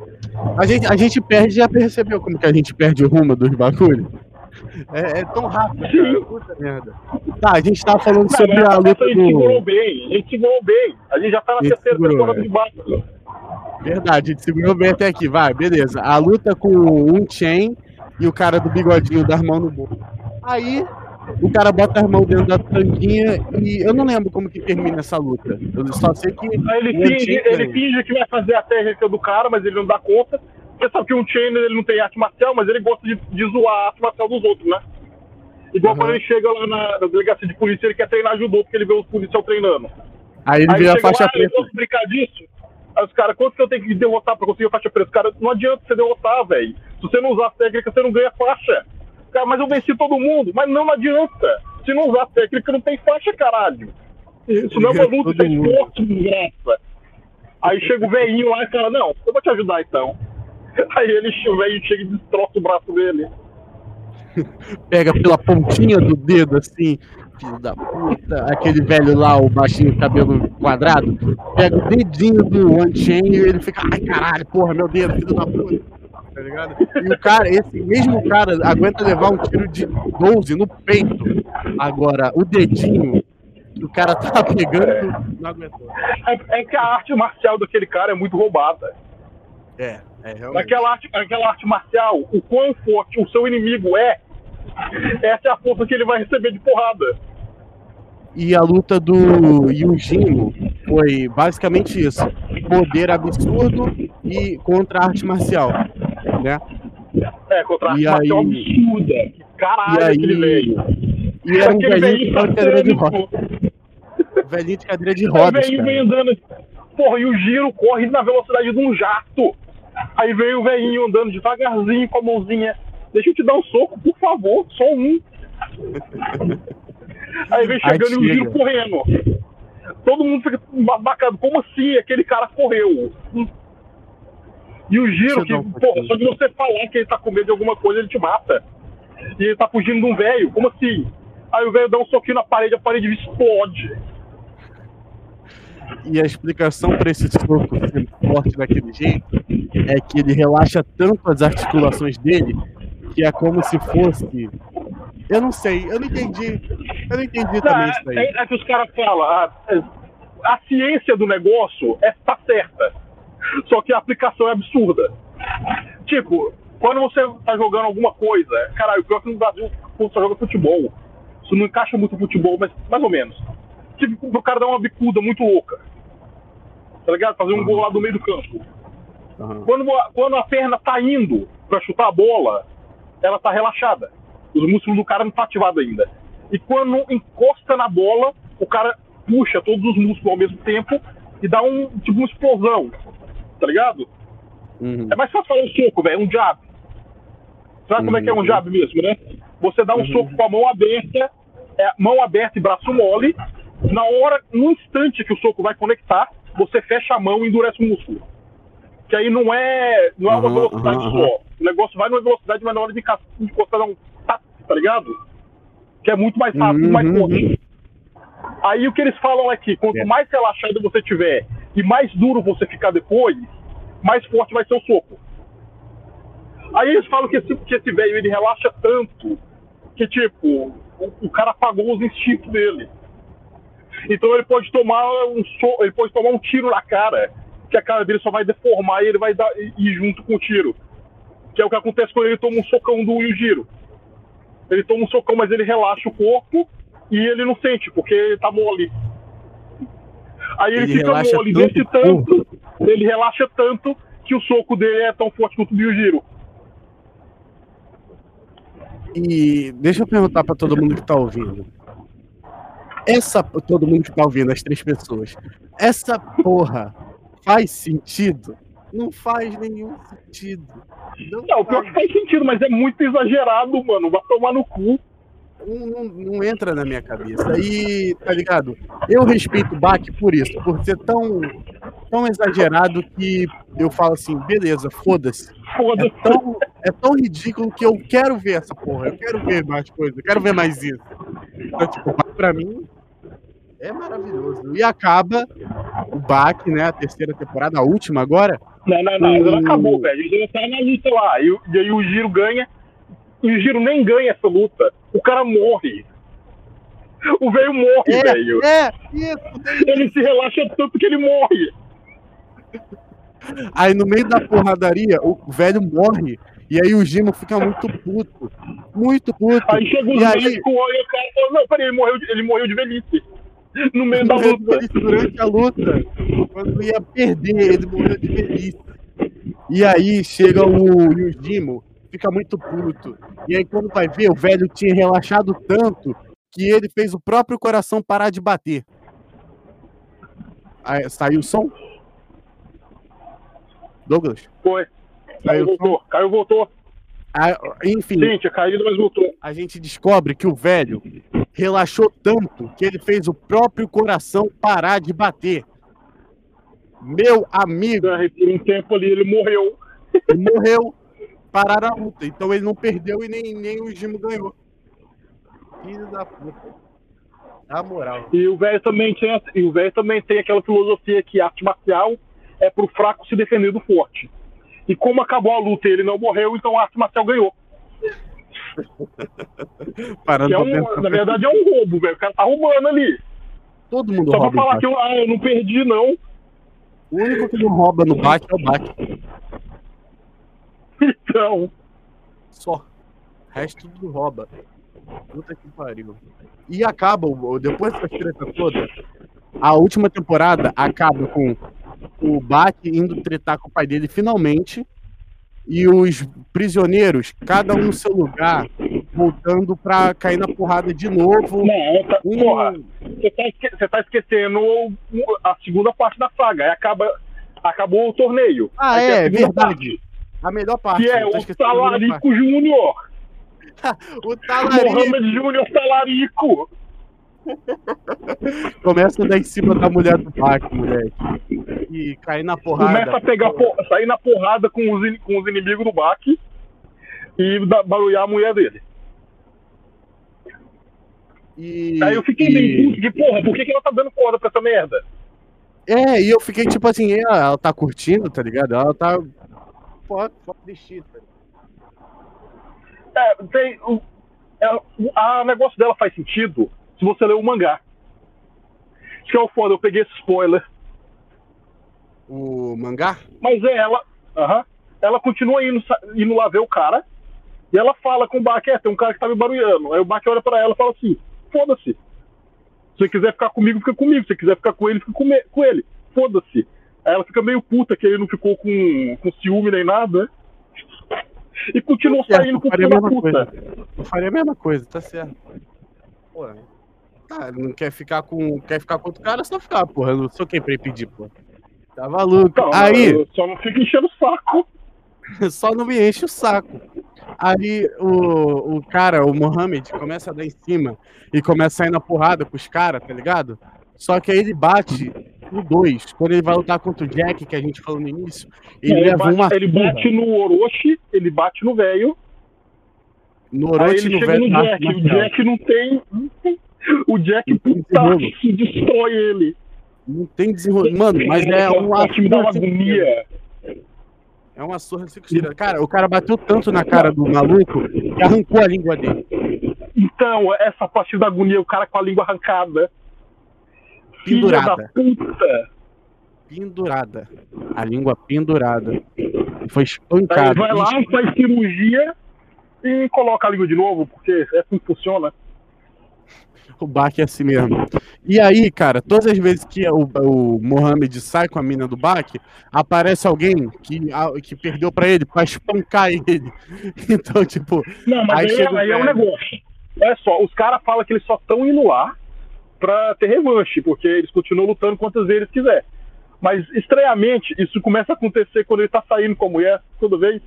A gente perde, já percebeu como que a gente perde o rumo dos bagulhos? É tão rápido, cara. Puta merda. Tá, a gente tava falando sobre a luta do... A gente segurou bem. A gente já tá na terceira temporada de baixo. Verdade, a gente segurou bem até aqui. Vai, beleza. A luta com o Unchain e o cara do bigodinho das mãos no bolso. Aí, o cara bota as mãos dentro da tanguinha e eu não lembro como que termina essa luta. Eu só sei que... Ele finge que vai fazer a técnica do cara, mas ele não dá conta. Você sabe que o Unchain, ele não tem arte marcial, mas ele gosta de zoar a arte marcial dos outros, né? Igual quando ele chega lá na delegacia de polícia, ele quer treinar judô, porque ele vê os policiais treinando. Aí ele vê a faixa preta. Eu posso explicar disso? Aí os caras, quanto que eu tenho que derrotar pra conseguir a faixa preta? Cara, não adianta você derrotar, velho. Se você não usar a técnica, você não ganha faixa. Cara, mas eu venci todo mundo. Mas não adianta. Se não usar a técnica, não tem faixa, caralho. Isso não é uma luta, isso é esporte, desgraça. Aí chega o velhinho lá e fala, não, eu vou te ajudar então. Aí o velho chega e destroça o braço dele. Pega pela pontinha do dedo, assim, filho da puta, aquele velho lá, o baixinho, cabelo quadrado, pega o dedinho do Unchain e ele fica, ai caralho, porra, meu dedo, filho da puta, tá ligado? E o cara, esse mesmo cara, aguenta levar um tiro de 12 no peito. Agora, o dedinho que o cara tá pegando, não aguentou. É que a arte marcial daquele cara é muito roubada. Realmente. Aquela arte marcial, o quão forte o seu inimigo essa é a força que ele vai receber de porrada. E a luta do Yujino, Foi basicamente isso. Poder absurdo e contra a arte marcial, né? Contra a arte E marcial aí- absurda. Caralho, e aí- aquele velho. E era um Aquele velhinho que tava de cadeira de roda. satânico. Velhinho de cadeira de Aí rodas, vem cara. andando. Porra, e o Giro corre na velocidade de um jato. Aí veio o velhinho andando devagarzinho com a mãozinha. Deixa eu te dar um soco, por favor, só um. Aí vem chegando e o Giro chega. correndo. Todo mundo fica bacana. Como assim? Aquele cara correu. E o Giro, Deixa eu dar um porra, só de você falar que ele tá com medo de alguma coisa, ele te mata. E ele tá fugindo de um velho. Como assim? Aí o velho dá um soquinho na parede, a parede explode. E a explicação para esse soco ser forte daquele jeito é que ele relaxa tanto as articulações dele que é como se fosse. Eu não sei, eu não entendi. Eu não entendi também isso daí. É que os caras falam, a ciência do negócio tá certa. Só que a aplicação é absurda. Tipo, quando você tá jogando alguma coisa, caralho, pior que no Brasil você só joga futebol. Isso não encaixa muito futebol, mas mais ou menos. Tipo, o cara dá uma bicuda muito louca. Tá ligado? Fazer um gol lá do meio do campo. Uhum. Quando a perna tá indo pra chutar a bola, ela tá relaxada. Os músculos do cara não tá ativado ainda. E quando encosta na bola, o cara puxa todos os músculos ao mesmo tempo e dá tipo uma explosão. Tá ligado? Uhum. É mais fácil falar um soco, velho, um jab. Sabe como é que é um jab mesmo, né? Você dá um soco com a mão aberta e braço mole. Na hora, no instante que o soco vai conectar, você fecha a mão e endurece o músculo. Que aí não é uma velocidade só. O negócio vai numa velocidade, mas na hora de encostar dá um tá ligado? Que é muito mais rápido, mais forte. Aí o que eles falam é que quanto mais relaxado você tiver e mais duro você ficar depois, mais forte vai ser o soco. Aí eles falam que esse velho, ele relaxa tanto que, tipo, o cara apagou os instintos dele. Então ele pode tomar um tiro na cara, que a cara dele só vai deformar e ele vai ir junto com o tiro. Que é o que acontece quando ele toma um socão do Yujiro. Ele toma um socão, mas ele relaxa o corpo e ele não sente, porque ele tá mole. Aí ele fica mole desse tanto, ele relaxa tanto que o soco dele é tão forte quanto o do Yujiro. E deixa eu perguntar pra todo mundo que tá ouvindo. Todo mundo que tá ouvindo, as 3 pessoas. Essa porra faz sentido? Não faz nenhum sentido. Não, o pior que faz sentido, mas é muito exagerado, mano. Vai tomar no cu. Não entra na minha cabeça. E, tá ligado? Eu respeito o Bach por isso, por ser tão exagerado que eu falo assim, beleza, foda-se. Foda-se. É tão ridículo que eu quero ver essa porra. Eu quero ver mais coisas, eu quero ver mais isso. Então, tipo, pra mim, é maravilhoso. E acaba o Bach, né? A 3ª temporada, a última agora. Não, não acabou, velho. Ele tá na luta lá. E aí o Giro ganha. E o Giro nem ganha essa luta. O cara morre. O velho morre, velho. Isso. Ele se relaxa tanto que ele morre. Aí no meio da porradaria, o velho morre. E aí o Gimo fica muito puto. Muito puto. Aí chega o médico e o cara fala, não, peraí, ele morreu de velhice. No meio da luta. Durante a luta. Quando ia perder, ele morreu de velhice. E aí chega o Gimo, fica muito puto. E aí quando vai ver, o velho tinha relaxado tanto que ele fez o próprio coração parar de bater. Aí, saiu o som? Douglas? Foi. Caio voltou. Enfim. Sim, tinha caído, mas voltou. A gente descobre que o velho relaxou tanto que ele fez o próprio coração parar de bater. Meu amigo. Por um tempo ali ele morreu. Ele morreu. Pararam a luta. Então ele não perdeu e nem o Gimo ganhou. Filho da puta. Na moral. E o velho também tem aquela filosofia que arte marcial é pro fraco se defender do forte. E como acabou a luta e ele não morreu, então a arte marcial ganhou. Na verdade é um roubo, velho. O cara tá roubando ali. Todo mundo rouba. Só pra falar que eu não perdi, não. O único que não rouba no Bach é o Bach. Então. Só. O resto tudo rouba. Puta que pariu. E acaba, depois dessa treta toda, A última temporada acaba com o Bach indo tretar com o pai dele finalmente, e os prisioneiros, cada um no seu lugar, voltando pra cair na porrada de novo. Não, porra, você tá esquecendo a segunda parte da saga. Aí acabou o torneio. Ah, aí é verdade. A melhor parte. Que é o Talarico Júnior. O Talarico. Mohamed Júnior Talarico. Começa a dar em cima da mulher do Bach, moleque. E cair na porrada. Começa a sair na porrada com os inimigos do Bach e barulhar a mulher dele. Aí eu fiquei bem puto de porra, por que ela tá dando corda pra essa merda? E eu fiquei tipo assim, ela tá curtindo, tá ligado? Ela tá. Pode deixar, tá ligado? A negócio dela faz sentido se você ler o mangá. Isso que é o foda, eu peguei esse spoiler. O mangá? Mas ela continua indo lá ver o cara, e ela fala com o Bach, tem um cara que tá me barulhando. Aí o Bach olha pra ela e fala assim, foda-se. Se você quiser ficar comigo, fica comigo. Se você quiser ficar com ele, fica com ele. Foda-se. Aí ela fica meio puta que ele não ficou com ciúme nem nada. E continua saindo com o filho da puta. Eu faria a mesma coisa, tá certo. Pô, não quer ficar com outro cara, só ficar, porra. Eu não sou quem pra impedir, porra. Tá maluco. Não, aí. Só não fica enchendo o saco. Só não me enche o saco. Aí o cara, o Mohamed, começa a dar em cima e começa a ir na porrada com os caras, tá ligado? Só que aí ele bate no 2. Quando ele vai lutar contra o Jack, que a gente falou no início, ele bate no Orochi, ele bate no velho. No Orochi, no velho. O Jack não tem. O Jack putaço destrói ele. Não tem desenrolo. Mano, mas é uma que me dá uma agonia. É uma surra 5 estrelas. Cara, o cara bateu tanto na cara do maluco que arrancou a língua dele. Então, essa parte da agonia, o cara com a língua arrancada. Pendurada. Filha da puta. Pendurada. A língua pendurada. Foi espancado. Aí vai lá, faz cirurgia e coloca a língua de novo, porque é assim que funciona. O Bach é assim mesmo. E aí, cara, todas as vezes que o Mohamed sai com a mina do Bach, aparece alguém que perdeu pra ele pra espancar ele. Então, tipo... Não, mas aí é um negócio. Olha só, os caras falam que eles só estão indo lá pra ter revanche, porque eles continuam lutando quantas vezes quiser. Mas, estranhamente, isso começa a acontecer quando ele tá saindo com a mulher, toda vez.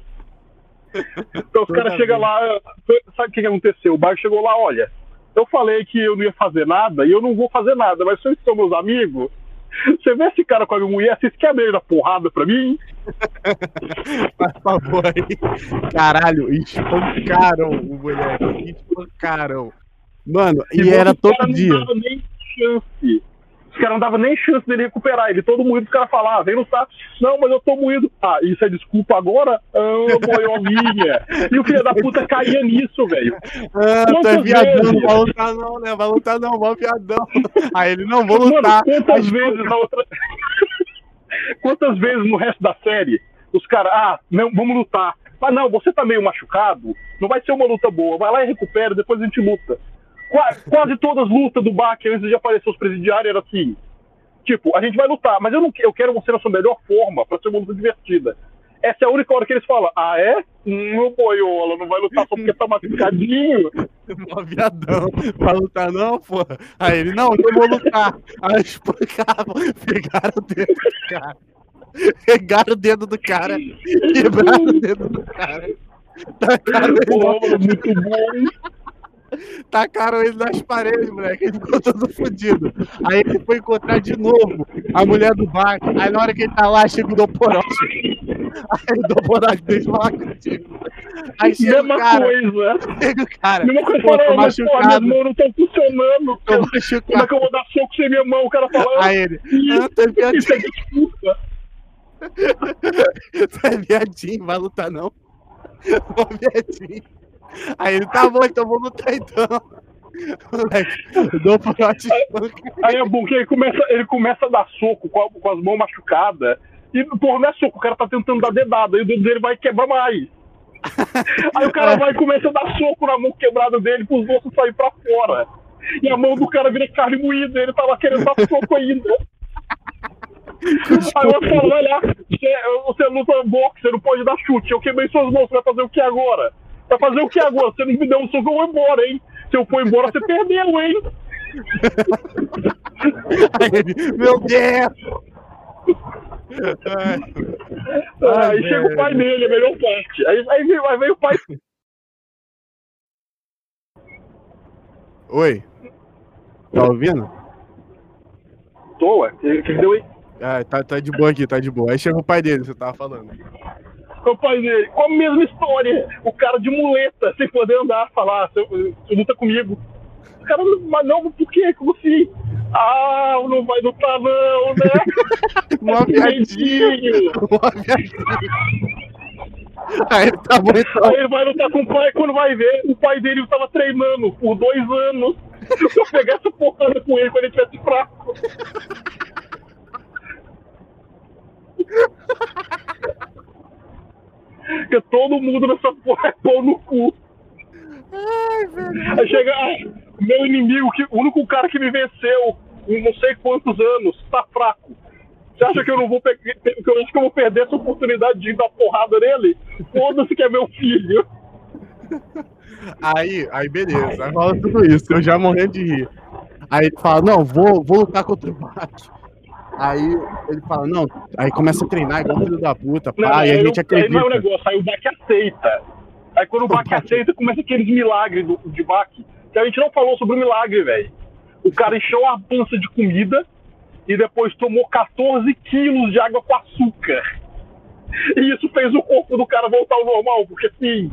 Então os caras chegam lá... Sabe o que aconteceu? O Bach chegou lá, olha... Eu falei que eu não ia fazer nada e eu não vou fazer nada, mas vocês são meus amigos. Você vê esse cara com a minha mulher, vocês querem ele dar porrada pra mim? Por favor aí. Caralho, espancaram o moleque. Espancaram. Mano, e era todo dia. Não dava nem chance. Os caras não davam nem chance dele recuperar. Ele todo moído, os caras falavam, vem lutar. Não, mas eu tô moído. Ah, isso é desculpa agora? Ah, boiolinha. E o filho da puta caía nisso, velho. Tu é viadão, não vai lutar não, né? Vai lutar não, vai viadão. Aí ele, não, vou lutar. Mano, quantas vezes no resto da série os caras, não, vamos lutar. Mas não, você tá meio machucado, não vai ser uma luta boa. Vai lá e recupera, depois a gente luta. Quase todas as lutas do Bach antes de aparecer os presidiários era assim. Tipo, a gente vai lutar, mas eu quero você na sua melhor forma pra ser uma luta divertida. Essa é a única hora que eles falam, ah é? Boiola, não vai lutar só porque tá machucadinho. Mó viadão, vai lutar não, porra. Aí ele, não vou lutar. Aí espancavam, pegaram o dedo do cara. Pegaram o dedo do cara, quebraram o dedo do cara. Tacaram ele, muito bom. Tacaram ele nas paredes, moleque. Ele ficou todo fodido. Aí ele foi encontrar de novo a mulher do Bach. Aí na hora que ele tá lá, chega o Doporochi. Aí o Doporochi deixa falar contigo. Aí chega o cara. Chega o cara. Mesma coisa, pô, tô machucado. Minhas mãos não estão funcionando. Tô machucado. Como é que eu vou dar soco sem minha mão? O cara fala. Aí ele. Isso é desculpa. Tu é viadinho, vai lutar não? Ô viadinho. Aí ele, tá bom, então vou lutar então. Moleque, dou pro Aí é bom que ele começa a dar soco com as mãos machucadas. E, porra, não é soco, o cara tá tentando dar dedada. Aí o dedo dele vai quebrar mais. Aí o cara vai e começa a dar soco na mão quebrada dele pros ossos sair pra fora. E a mão do cara vira carne moída, ele tava querendo dar soco ainda. Aí o outro cara vai lá, você luta boxe, você não pode dar chute. Eu queimei suas mãos, você vai fazer o que agora? Vai fazer o que agora? Você não me deu um soco, eu vou embora, hein? Se eu for embora, você perdeu, hein? Meu Deus! Aí chega o pai dele, a melhor parte. Aí vem o pai. Oi? Tá ouvindo? Tô, ué. O que deu aí? Ah, tá de boa aqui, tá de boa. Aí chega o pai dele, você tava falando. O pai dele, com a mesma história. O cara de muleta, sem poder andar, falar, você luta comigo. O cara, mas não, por quê? Como assim? Ah, não vai lutar não, né? Uma viadinho. Aí tá bom, então. Aí ele vai lutar com o pai, quando vai ver, o pai dele tava treinando por 2 anos pra pegar essa porrada com ele quando ele tivesse fraco. Porque todo mundo nessa porra é pão no cu. Ai, velho. Aí chega, meu inimigo, o único cara que me venceu em não sei quantos anos, tá fraco. Você acha que eu não vou que eu acho que eu vou perder essa oportunidade de dar porrada nele? Foda-se que é meu filho. Aí beleza, aí rola tudo isso, eu já morrendo de rir. Aí ele fala, não, vou lutar contra o Baki. Aí ele fala, não, aí começa a treinar igual filho da puta, pá, e a gente acredita. Aí não é o negócio, aí o Baki aceita. Aí quando o Baki aceita, começa aqueles milagres de Baki. Que a gente não falou sobre o milagre, velho. O cara encheu a pança de comida e depois tomou 14 quilos de água com açúcar. E isso fez o corpo do cara voltar ao normal, porque sim.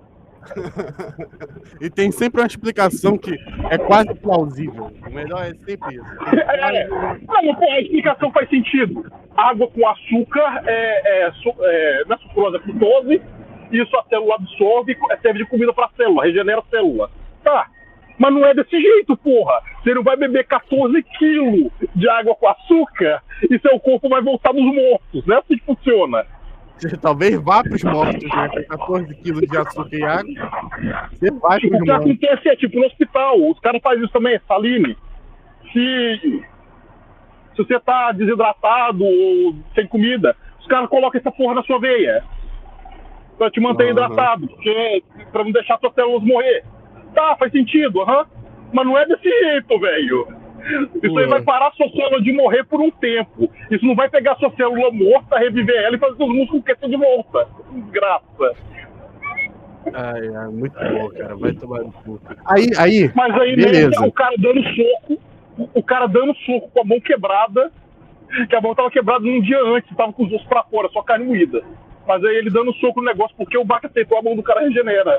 E tem sempre uma explicação que é quase plausível. O melhor é sempre isso. Não, pô, a explicação faz sentido. Água com açúcar não é sucrose, é frutose. Isso a célula absorve e serve de comida pra célula, regenera a célula. Tá, mas não é desse jeito, porra. Você não vai beber 14 quilos de água com açúcar e seu corpo vai voltar dos mortos. Não é assim que funciona. Você talvez vá pros mortos, né? Com 14 quilos de açúcar e água. Você vai pros mortos. O que acontece é, tipo, no hospital, os caras fazem isso também, Saline. Se você tá desidratado ou sem comida, os caras colocam essa porra na sua veia. Pra te manter hidratado, pra não deixar suas células morrer. Tá, faz sentido, mas não é desse jeito, velho. Isso aí vai parar sua célula de morrer por um tempo. Isso não vai pegar sua célula morta, reviver ela e fazer seus músculos crescer de volta. Desgraça. Ai, muito bom, cara. Vai tomar no cu. Aí, mas aí, beleza. Né, o cara dando soco com a mão quebrada, que a mão tava quebrada num dia antes, tava com os ossos pra fora, só carne moída. Mas aí ele dando soco no negócio, porque o Baki aceitou, a mão do cara regenera.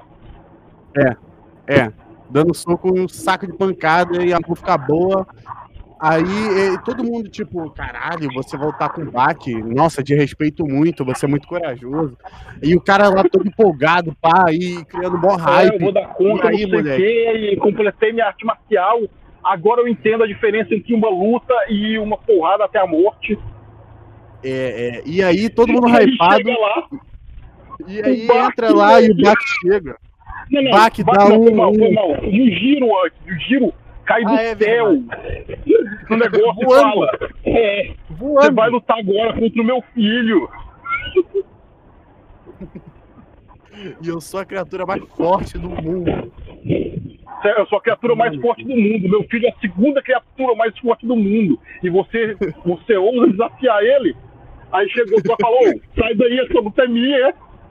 Dando soco no saco de pancada e a mão fica boa. Aí todo mundo, tipo, caralho, você voltar com o Baki, nossa, te respeito muito, você é muito corajoso. E o cara lá todo empolgado, pá, e criando mó hype. Eu vou dar conta, aí, não sei o quê, e completei minha arte marcial. Agora eu entendo a diferença entre uma luta e uma porrada até a morte. E aí todo mundo hypado. Lá, e aí entra lá e o Baki chega. Não, Baki dá foi mal. E o giro antes, o giro cai do céu. No negócio e fala: você vai lutar agora contra o meu filho. E eu sou a criatura mais forte do mundo. Eu sou a criatura mais forte do mundo. Meu filho é a segunda criatura mais forte do mundo. E você ousa desafiar ele? Aí chegou e falou: sai daí, essa luta é minha.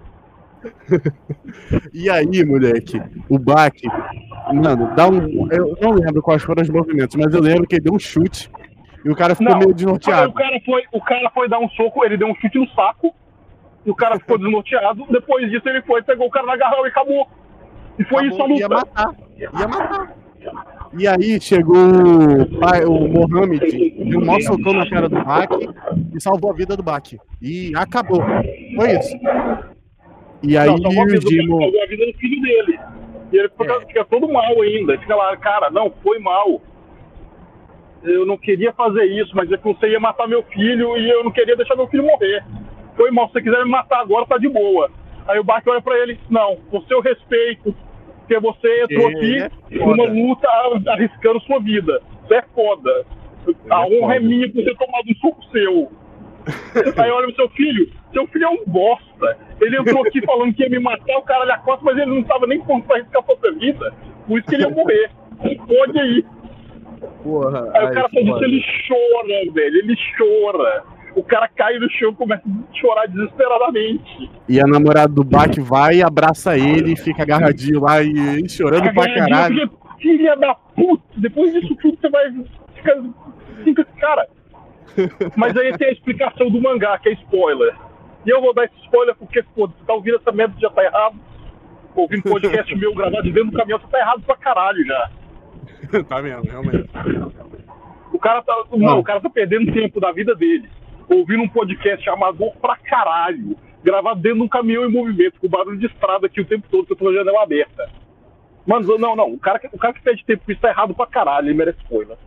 E aí, moleque, o Baki, mano, eu não lembro quais foram os movimentos, mas eu lembro que ele deu um chute e o cara ficou meio desnorteado. O cara foi dar um soco, ele deu um chute no saco e o cara ficou desnorteado. Depois disso ele pegou o cara na agarrão e acabou. E foi isso a luta. Ia matar. E aí chegou o Mohamed, deu um maior socão na cara do Baki e salvou a vida do Baki. E acabou. Foi isso. E aí salvou a vida do filho dele. E ele fica todo mal ainda. Ele fica lá, cara, não, foi mal. Eu não queria fazer isso, mas é que você ia matar meu filho e eu não queria deixar meu filho morrer. Foi mal, se você quiser me matar agora, tá de boa. Aí o Baki olha pra ele, não, com seu respeito, Porque você entrou aqui É numa foda. luta arriscando sua vida. Isso é foda. A honra é minha por ter tomado um soco seu. Aí olha o seu filho é um bosta. Ele entrou aqui falando que ia me matar, o cara lhe acosta, mas ele não tava nem pronto pra arriscar a própria vida. Por isso que ele ia morrer. Pode aí. Porra. Aí o cara faz isso, foda. ele chora, velho. Ele chora. O cara cai no chão e começa a chorar desesperadamente. E a namorada do Bach vai, abraça ele e fica agarradinho lá e chorando pra caralho. Porque, filha da puta, depois disso tudo você vai ficar assim com esse cara. Mas aí tem a explicação do mangá, que é spoiler. E eu vou dar esse spoiler porque, pô, você tá ouvindo essa merda já tá errado. Ouvindo podcast meu gravado de dentro do caminhão, você tá errado pra caralho já. Tá mesmo, realmente. O cara tá perdendo tempo da vida dele. Ouvindo um podcast amador pra caralho. Gravado dentro de um caminhão em movimento, com barulho de estrada aqui o tempo todo, que eu tô com a janela aberta. Mano, não. O cara que perde tempo com isso tá errado pra caralho, ele merece spoiler.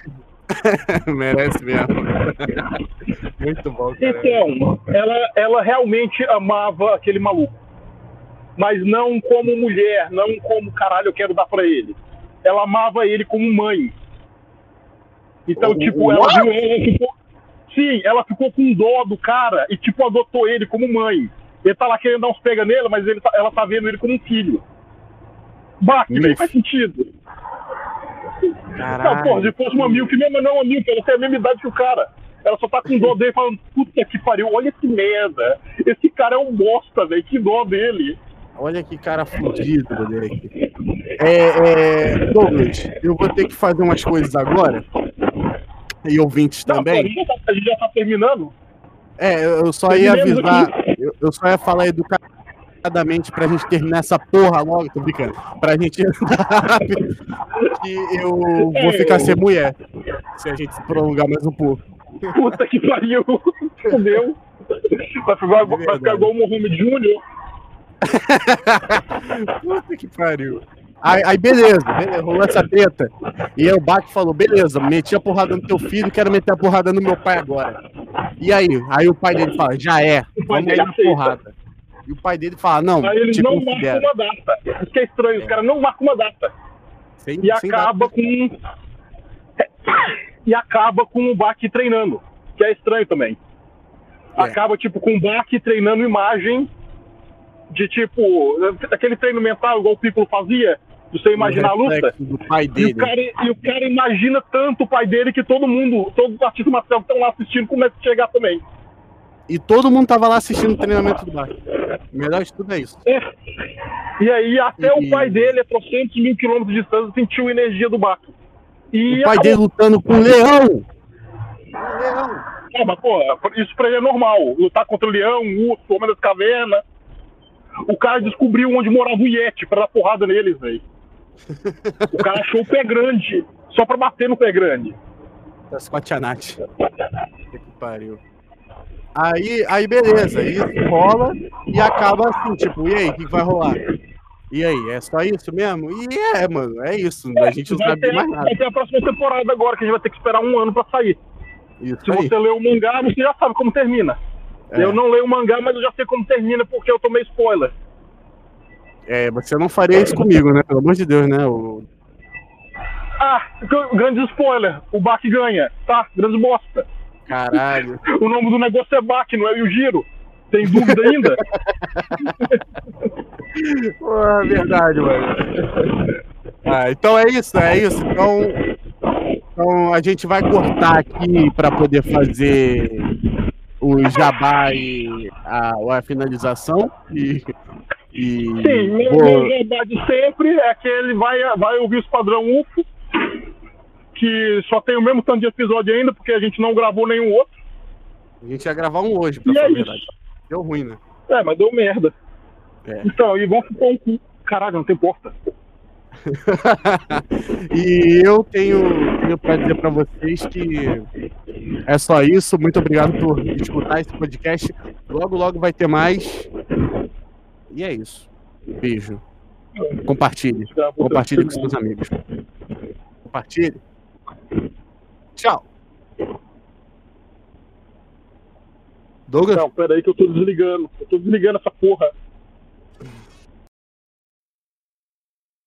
Merece mesmo. Muito bom, cara. Então, ela realmente amava aquele maluco. Mas não como mulher, não como caralho eu quero dar pra ele. Ela amava ele como mãe. Então, tipo, ela viu ele, ficou... Sim, ela ficou com dó do cara e, tipo, adotou ele como mãe. Ele tá lá querendo dar uns pega nele, mas ela tá vendo ele como um filho. Bate, velho, faz sentido. Caralho. Não, porra, se fosse uma milk mesmo, não uma milk, ela tem a mesma idade que o cara. Ela só tá com dó dele falando, puta que pariu, olha que merda. Esse cara é um bosta, velho, que dó dele. Olha que cara fudido, moleque. Douglas, eu vou ter que fazer umas coisas agora. E ouvintes Não, também. pô, a gente já tá terminando? Eu só ia avisar, eu só ia falar educadamente pra gente terminar essa porra logo, tô brincando. Pra gente rápido, que eu vou ficar sem mulher. Se a gente se prolongar mais um pouco. Puta que pariu. Fudeu. Vai ficar igual o Mohamed Júnior. Puta que pariu. Aí beleza, rolou essa treta. E aí o Bach falou, beleza, meti a porrada no teu filho, quero meter a porrada no meu pai agora. E aí? Aí o pai dele fala, já é, vamos aí na porrada. E o pai dele fala, não, aí eles te não considero. marcam uma data. Isso que é estranho, os caras não marcam uma data. E acaba com... E acaba com o Bach treinando, que é estranho também. Acaba, tipo, com o Bach treinando imagem de, tipo, aquele treino mental igual o Piccolo fazia, de você imaginar a luta. Do pai dele. E o cara imagina tanto o pai dele que todo os artistas marciais que estão lá assistindo começam a chegar também. E todo mundo tava lá assistindo o treinamento do Bach. O melhor de tudo é isso. E aí até o pai dele, a 300 mil quilômetros de distância, sentiu a energia do Bach. E o pai dele lutando com o leão. Mas, pô, isso pra ele é normal. Lutar contra o leão, o urso, o homem das cavernas. O cara descobriu onde morava o Yeti pra dar porrada neles, velho. O cara achou o pé grande, só pra bater no pé grande. Squatianate. Que pariu. Aí beleza, isso rola e acaba assim, tipo, e aí, o que vai rolar? E aí, é só isso mesmo? E mano, é isso. A gente não sabe mais nada. Vai ter a próxima temporada agora, que a gente vai ter que esperar 1 ano pra sair. Isso Se aí. você lê o mangá, você já sabe como termina. Eu não leio o mangá, mas eu já sei como termina, porque eu tomei spoiler. Você não faria isso comigo, né? Pelo amor de Deus, né? Grande spoiler. O Bach ganha, tá? Grande bosta. Caralho. O nome do negócio é Bach, não é Yujiro. Tem dúvida ainda? Porra, verdade, mano. Então é isso. Então a gente vai cortar aqui pra poder fazer o jabá e a finalização. Sim, meu jabá de sempre é que ele vai ouvir os padrão UFO, que só tem o mesmo tanto de episódio ainda, porque a gente não gravou nenhum outro. A gente ia gravar um hoje, pra falar a verdade. Deu ruim, né? Mas deu merda. Então, e vão ficar um cu. Caralho, não tem porta. E eu tenho pra dizer pra vocês que é só isso. Muito obrigado por escutar esse podcast. Logo vai ter mais. E é isso. Beijo. Compartilhe. Compartilhe com seus amigos. Compartilhe. Tchau. Douglas? Não, peraí que eu tô desligando. Eu tô desligando essa porra.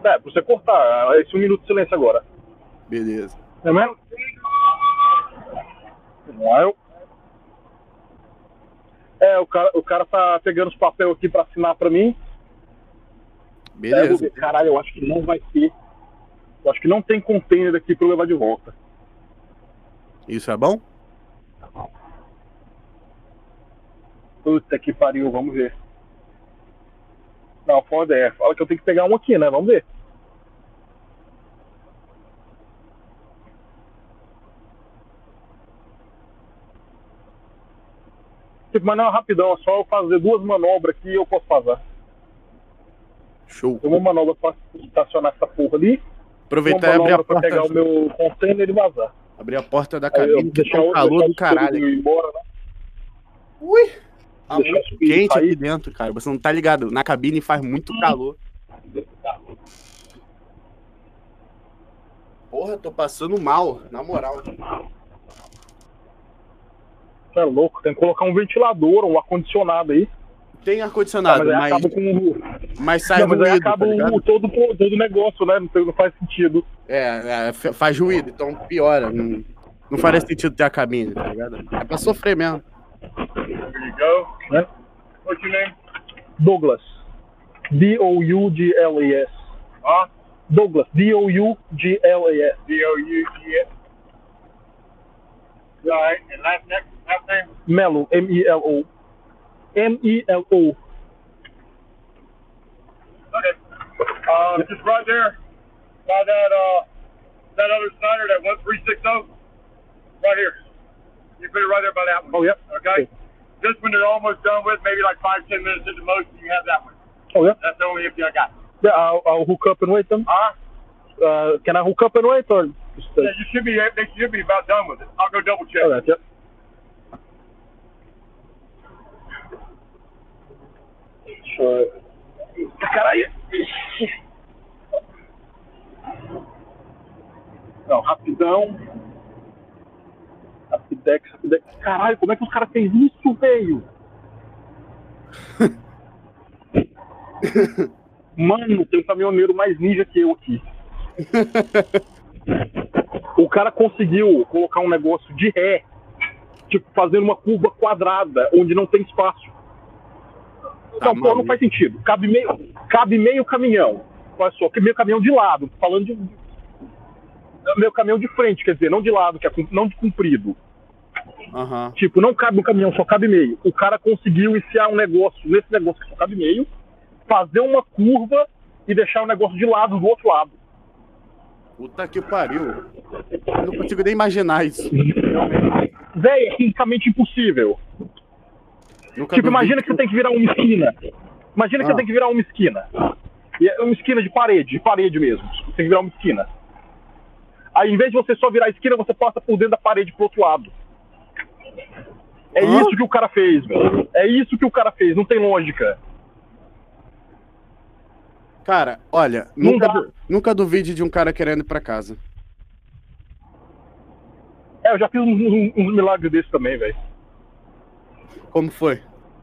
pra você cortar. Esse 1 minuto de silêncio agora. Beleza. É mesmo? Não é, o cara tá pegando os papéis aqui pra assinar pra mim. Beleza. Caralho, eu acho que não vai ter. Eu acho que não tem container aqui pra eu levar de volta. Isso é bom? Puta que pariu, vamos ver. Não, foda é. Fala que eu tenho que pegar um aqui, né? Vamos ver. Mas não é rapidão, é só eu fazer 2 manobras aqui e eu posso vazar. Show. Tem uma manobra pra estacionar essa porra ali. Aproveitar e abrir a pra porta. pegar o meu container e vazar. Abrir a porta da cabine, que tá um deixar calor o do caralho. ir embora, né? Ui! Tá Deixar muito os filhos quente sair. aqui dentro, cara. Você não tá ligado. Na cabine faz muito calor. Porra, tô passando mal, na moral. Você é louco, tem que colocar um ventilador, um ar-condicionado aí. Tem ar-condicionado, mas aí mas, acaba com... mas sai Não, mas aí ruído, acaba tá ligado? todo o negócio, né? Não faz sentido. Faz ruído, então piora. Não faria sentido ter a cabine, tá ligado? É pra sofrer mesmo. There you go. Né? What's your name? Douglas. D-O-U-G-L-A-S. Douglas. D-O-U-G-L-A-S. D-O-U-G-L-A-S. Right. And last name? Melo. M-E-L-O. M-E-L-O. Okay. Just right there by that other Snyder, that 1360. Right here. You put it right there by that one. Oh, yep. Okay. This one they're almost done with, maybe like 5-10 minutes at the most, and you have that one. Oh, yeah. That's the only empty I got. Yeah, I'll hook up and wait them. Can I hook up and wait, or? Yeah, they should be about done with it. I'll go double check. All right, yep. Caralho. Não, rapidão. Rapidex. Caralho, como é que os caras fez isso, velho? Mano, tem um caminhoneiro mais ninja que eu aqui. O cara conseguiu colocar um negócio de ré, tipo, fazendo uma curva quadrada, onde não tem espaço. Não, pô, não faz sentido. Cabe meio caminhão. Olha só, que meio caminhão de lado. Tô falando de meio caminhão de frente, quer dizer, não de lado, que é não de comprido. Uhum. Tipo, não cabe um caminhão, só cabe meio. O cara conseguiu enfiar um negócio, nesse negócio que só cabe meio, fazer uma curva e deixar o negócio de lado do outro lado. Puta que pariu. Eu não consigo nem imaginar isso. Véi, é fisicamente impossível. Tipo, imagina que você tem que virar uma esquina. Imagina que você tem que virar uma esquina. E é uma esquina de parede mesmo. Você tem que virar uma esquina. Aí, em vez de você só virar a esquina, você passa por dentro da parede pro outro lado. É isso que o cara fez, velho. É isso que o cara fez, não tem lógica. Cara, olha, nunca duvide de um cara querendo ir pra casa. Eu já fiz uns milagres desses também, velho. Como foi?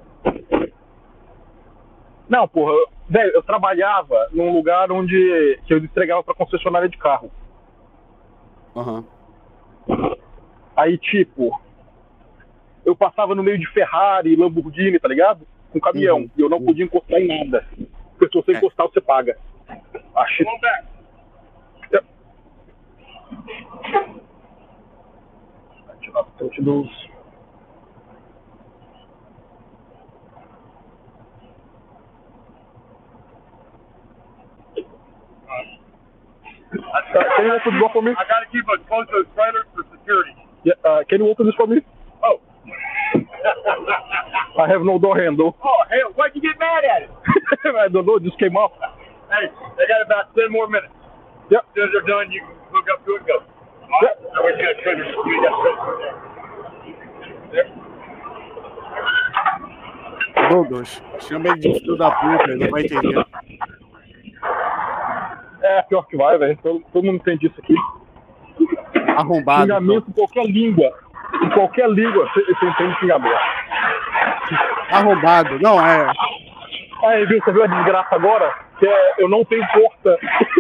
Não, porra, velho, eu trabalhava num lugar que eu entregava pra concessionária de carro. Aham. Aí, tipo, eu passava no meio de Ferrari, Lamborghini, tá ligado? Com caminhão. E eu não podia encostar em nada. Porque se você encostar, você paga. Achei. Can you open the door for me? I gotta keep a close to those trailers for security. Yeah, can you open this for me? Oh. I have no door handle. Oh, hell, why'd you get mad at it? I don't know, it just came off. Hey, they got about 10 more minutes. Yep. As soon as they're done, you can hook up to it and go. All right? Yep. I wish you got trailer security. There. Douglas, chama ele de filho da puta, ele não vai entender. É, pior que vai, velho. Todo mundo entende isso aqui. Arrombado. Xingamento em qualquer língua. Em qualquer língua você entende xingamento. Arrombado, não é. Aí, viu? Você viu a desgraça agora? que é eu não tenho porta.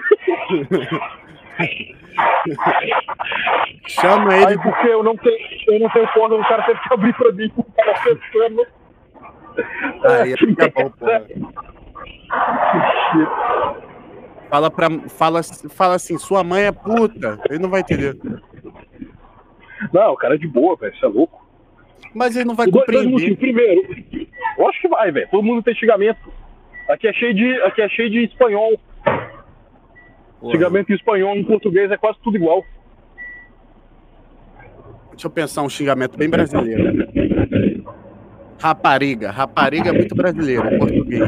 Chama ele. Aí porque eu não tenho porta, o cara teve que abrir pra mim. Tava pensando. Aí fica bom, porra. Fala assim, sua mãe é puta. Ele não vai entender. Não, o cara é de boa, velho. Você é louco. Mas ele não vai Dois compreender. motivos. Primeiro, eu acho que vai, velho. Todo mundo tem xingamento. Aqui é cheio de espanhol. Porra. Xingamento em espanhol, em português é quase tudo igual. Deixa eu pensar um xingamento bem brasileiro. Rapariga. Rapariga é muito brasileiro, em português.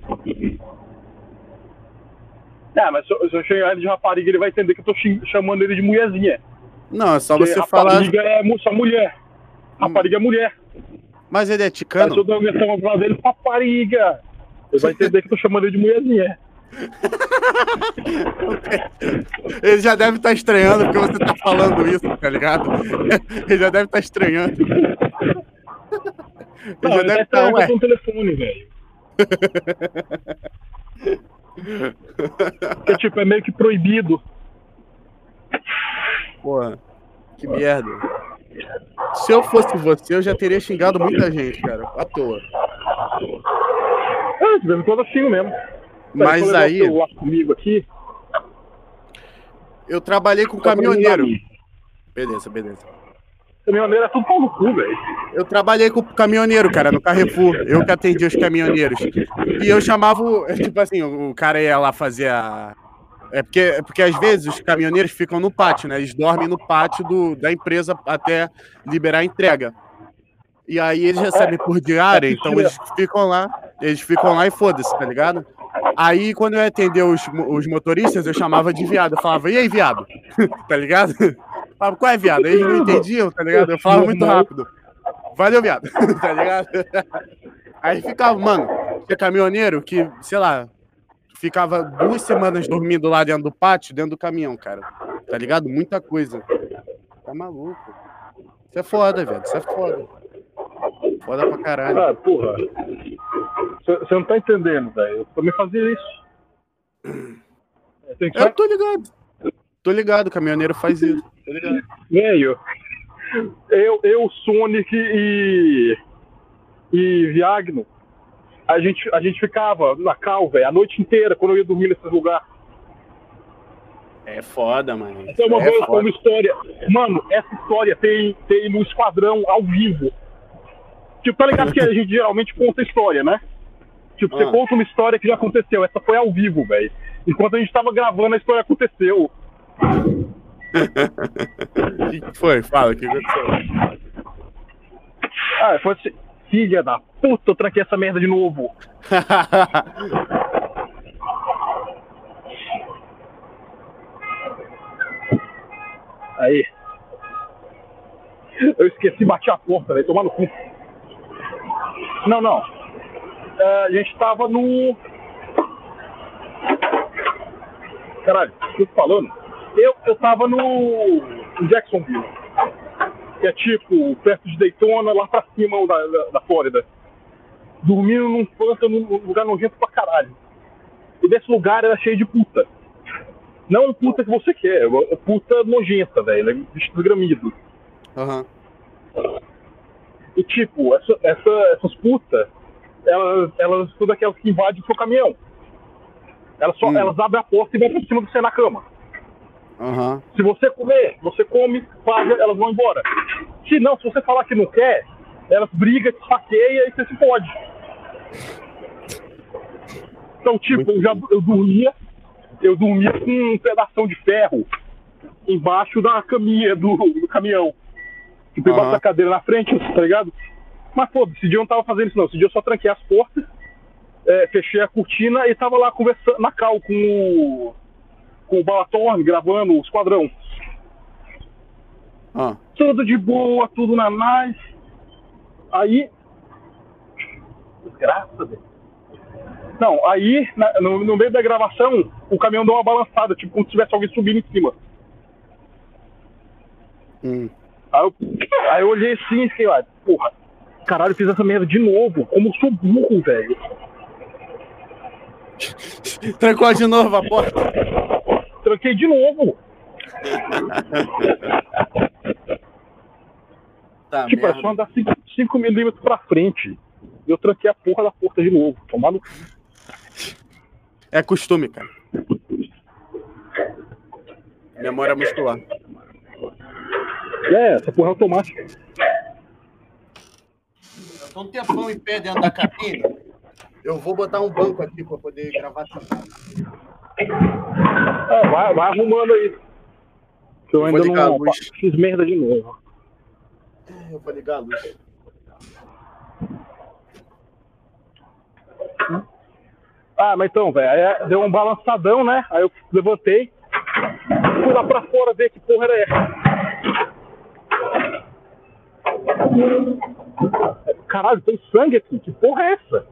Mas se eu xingar ele de rapariga, ele vai entender que eu tô chamando ele de mulherzinha. Não, é só Porque você falar. Rapariga é só mulher. Rapariga é mulher. Mas ele é Aí se eu ticano? der uma versão pra dele, rapariga. Ele vai entender que eu tô chamando ele de mulherzinha. Ele já deve estar estranhando porque você tá falando isso, tá ligado? Ele já deve estar estranhando. Não, já ele deve tá estar, no telefone, velho. Porque, tipo, é meio que proibido. Porra, que merda. Se eu fosse você, eu já teria xingado muita gente, cara, à toa. De vez em quando eu xingo mesmo. Mas Vou levar aí, o celular comigo aqui. eu trabalhei com caminhoneiro. Beleza. Caminhoneiro é tudo pau no cu, velho. Eu trabalhei com caminhoneiro, cara, no Carrefour. Eu que atendia os caminhoneiros. E eu chamava, tipo assim, o cara ia lá fazer a... porque às vezes os caminhoneiros ficam no pátio, né? Eles dormem no pátio da empresa até liberar a entrega. E aí eles recebem por diária, então eles ficam lá e foda-se, tá ligado? Aí quando eu atendia os motoristas, eu chamava de viado. Eu falava, e aí, viado? Tá ligado? Eu falava, qual é, viado? Eles não entendiam, tá ligado? Eu falava muito rápido. Valeu, viado. Tá ligado? Aí ficava, mano, tinha caminhoneiro que, sei lá, ficava 2 semanas dormindo lá dentro do pátio, dentro do caminhão, cara. Tá ligado? Muita coisa. Tá maluco. Isso é foda, velho. Isso é foda. Foda pra caralho. Ah, porra. Você não tá entendendo, velho. Eu também fazia isso. Eu tô ligado. Tô ligado, o caminhoneiro faz isso. Tô ligado. Velho, eu, Sonic e Viagno, a gente ficava na cal, velho, a noite inteira quando eu ia dormir nesses lugares. É foda, mano. Essa é uma história. Mano, essa história tem no Esquadrão ao vivo. Tipo, tá ligado que a gente geralmente conta história, né? Tipo, você conta uma história que já aconteceu. Essa foi ao vivo, velho. Enquanto a gente tava gravando, a história aconteceu. O que foi? Fala, o que aconteceu? Foi assim, filha da puta, eu tranquei essa merda de novo. Aí. Eu esqueci de bater a porta, velho. Tomar no cu. Não. A gente tava no... Caralho, o que eu tô falando? Eu tava no Jacksonville. Que é tipo, perto de Daytona, lá pra cima da Flórida. Dormindo num pântano, num lugar nojento pra caralho. E desse lugar era cheio de puta. Não puta que você quer, é puta nojenta, velho. Vestido gramido. Aham. E tipo, essas putas, elas são daquelas que invadem o seu caminhão. Elas abrem a porta e vão pra cima de você na cama. Uhum. Se você comer, você come, paga, elas vão embora. Se não, se você falar que não quer, elas brigam, te saqueiam e você se fode. Então, tipo, eu dormia com um pedação de ferro embaixo da caminha do caminhão. Tipo, embaixo da cadeira na frente, tá ligado? Mas, pô, esse dia eu não tava fazendo isso, não. Esse dia eu só tranquei as portas, fechei a cortina e tava lá conversando na cal com o Balatorn, gravando o Esquadrão. Tudo de boa, tudo na nice. Aí... Desgraça, velho. Não, aí, no meio da gravação, o caminhão deu uma balançada, tipo, como se tivesse alguém subindo em cima. Aí eu olhei assim e fiquei lá, porra, caralho, eu fiz essa merda de novo. Como eu sou burro, velho. Trancou de novo a porta. Tranquei de novo. Tá, Tipo, é só andar 5 milímetros pra frente. E eu tranquei a porra da porta de novo. Tomar no... É costume, cara. Memória muscular. Essa porra é automática. Eu tô um tempão em pé dentro da cabine. Eu vou botar um banco aqui pra poder gravar sentado. Vai arrumando aí. Que eu ainda não fiz merda de novo. Eu vou ligar a luz. Mas então, velho, aí deu um balançadão, né? Aí eu levantei, fui lá pra fora ver que porra era essa. Caralho, tem sangue aqui, que porra é essa?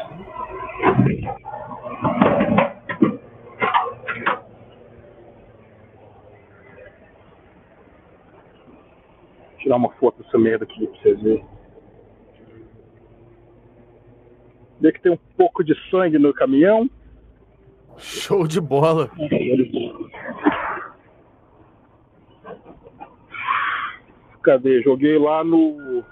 Vou tirar uma foto dessa merda aqui pra vocês verem. Vê que tem um pouco de sangue no caminhão. Show de bola. Cadê? Joguei lá no...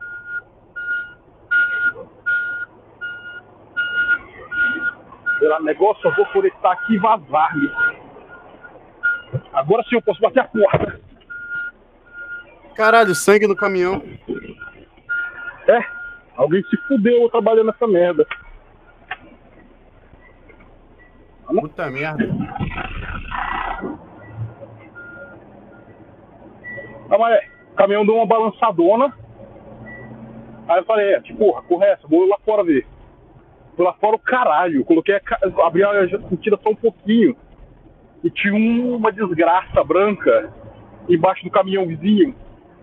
Pelo negócio, eu vou conectar aqui e vazar-me. Agora sim eu posso bater a porta. Caralho, sangue no caminhão. Alguém se fudeu trabalhando nessa merda. Puta merda. Mas o caminhão deu uma balançadona. Aí eu falei, que porra é essa? Vou lá fora ver. Fui lá fora o caralho. Abri a cortina só um pouquinho. E tinha uma desgraça branca embaixo do caminhão vizinho.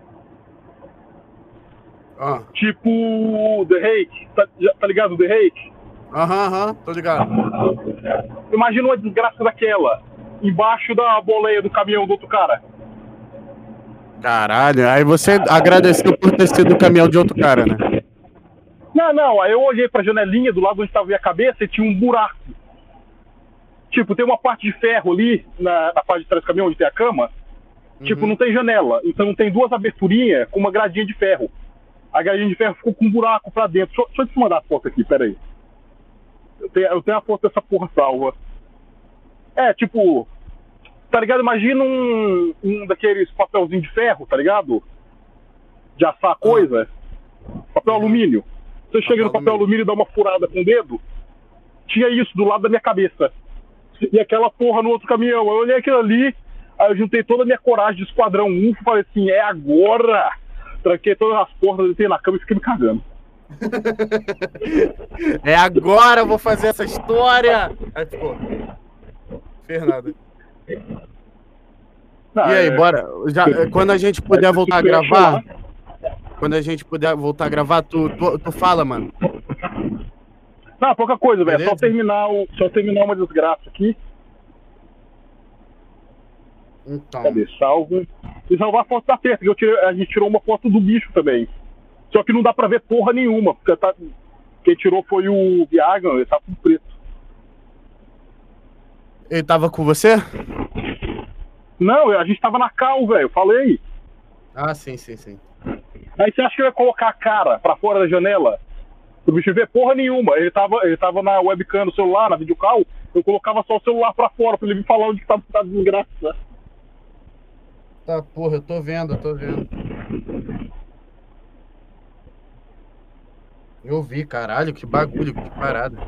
Tipo The Rake, tá ligado? The Rake? Aham, tô ligado. Imagina uma desgraça daquela embaixo da boleia do caminhão do outro cara. Caralho, aí você agradeceu por ter sido o caminhão de outro cara, né? Não, aí eu olhei pra janelinha do lado onde tava a minha cabeça e tinha um buraco. Tipo, tem uma parte de ferro ali na parte de trás do caminhão onde tem a cama. Tipo, não tem janela, então tem duas aberturinhas com uma gradinha de ferro. A gradinha de ferro ficou com um buraco pra dentro. Deixa eu te mandar a foto aqui, peraí. Eu tenho a foto dessa porra salva. Tipo... Tá ligado? Imagina um daqueles papelzinhos de ferro, tá ligado? De assar coisa. Papel alumínio. Você chega no papel alumínio e dá uma furada com o dedo. Tinha isso do lado da minha cabeça. E aquela porra no outro caminhão. Eu olhei aquilo ali, aí eu juntei toda a minha coragem de esquadrão 1 e falei assim, é agora! Tranquei todas as portas, entrei na cama e fiquei me cagando. É agora, eu vou fazer essa história! Aí ficou. Fez nada. E aí, bora. Quando a gente puder voltar a gravar. Quando a gente puder voltar a gravar, tu fala, mano. Não, pouca coisa, velho. Só terminar uma desgraça aqui. Então. Cadê? Salvo. E salvar a foto da testa, que a gente tirou uma foto do bicho também. Só que não dá pra ver porra nenhuma, porque quem tirou foi o Viagra, ele tá com preto. Ele tava com você? Não, a gente tava na cal, velho, falei. Ah, sim. Aí você acha que eu ia colocar a cara pra fora da janela? O bicho ver porra nenhuma. Ele tava na webcam do celular, na videocall, eu colocava só o celular pra fora, pra ele vir falar onde que tava a desgraça. Tá, porra, eu tô vendo. Eu vi, caralho, que bagulho, que parada.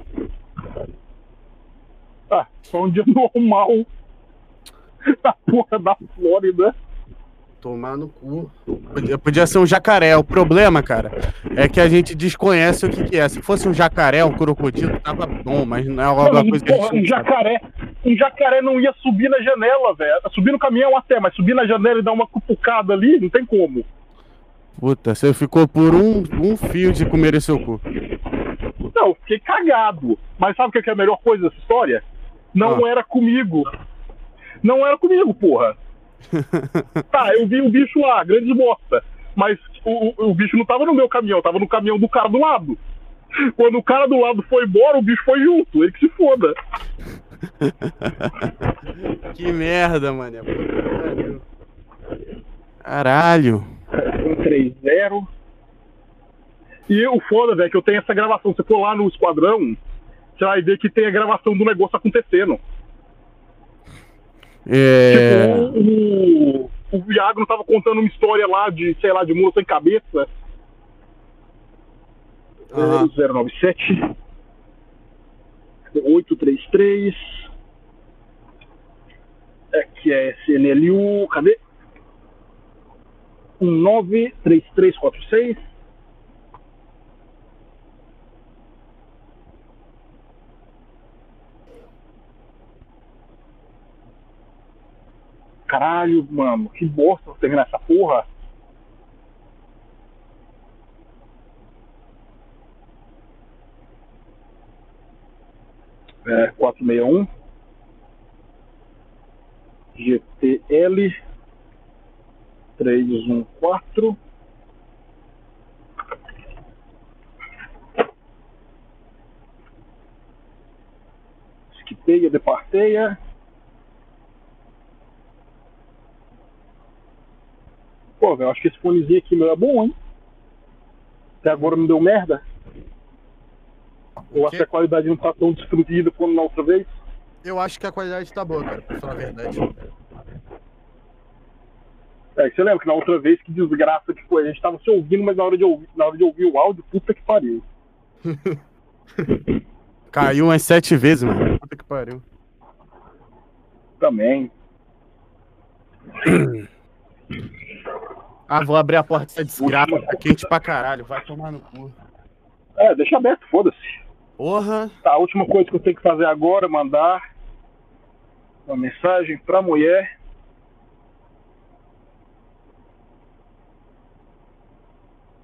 Foi um dia normal na porra da Flórida. Tomar no cu. Podia ser um jacaré. O problema, cara, é que a gente desconhece o que é. Se fosse um jacaré, um crocodilo, tava bom, mas não é alguma coisa que a gente não sabe. Um jacaré não ia subir na janela, velho. Subir no caminhão até, mas subir na janela e dar uma cutucada ali, não tem como. Puta, você ficou por um fio de comer seu cu. Não, eu fiquei cagado. Mas sabe o que é a melhor coisa dessa história? Não era comigo. Não era comigo, porra. Tá, eu vi o bicho lá, grande bosta. Mas o bicho não tava no meu caminhão, tava no caminhão do cara do lado. Quando o cara do lado foi embora, o bicho foi junto. Ele que se foda. Que merda, mané. Caralho. 130. E o foda, velho, que eu tenho essa gravação. Se você for lá no esquadrão, você vai ver que tem a gravação do negócio acontecendo. Tipo, o Viagro tava contando uma história lá de, sei lá, de mula sem cabeça. 097 833. Aqui é CNLU. Cadê? 193346. Caralho, mano, que bosta terminar essa porra. É, 461 GTL 314. Esquipeia, departeia. Pô, velho, acho que esse fonezinho aqui meu é bom, hein? Até agora não deu merda. Eu acho que a qualidade não tá tão destruída como na outra vez. Eu acho que a qualidade tá boa, cara, pra falar a verdade. É, você lembra que na outra vez que desgraça que foi? A gente tava se ouvindo, mas na hora de ouvir o áudio, puta que pariu. Caiu umas 7 vezes, mano. Puta que pariu. Também. Ah, vou abrir a porta dessa desgraça. Tá quente pra caralho. Vai tomar no cu. É, deixa aberto, foda-se. Porra. Tá, a última coisa que eu tenho que fazer agora é mandar uma mensagem pra mulher.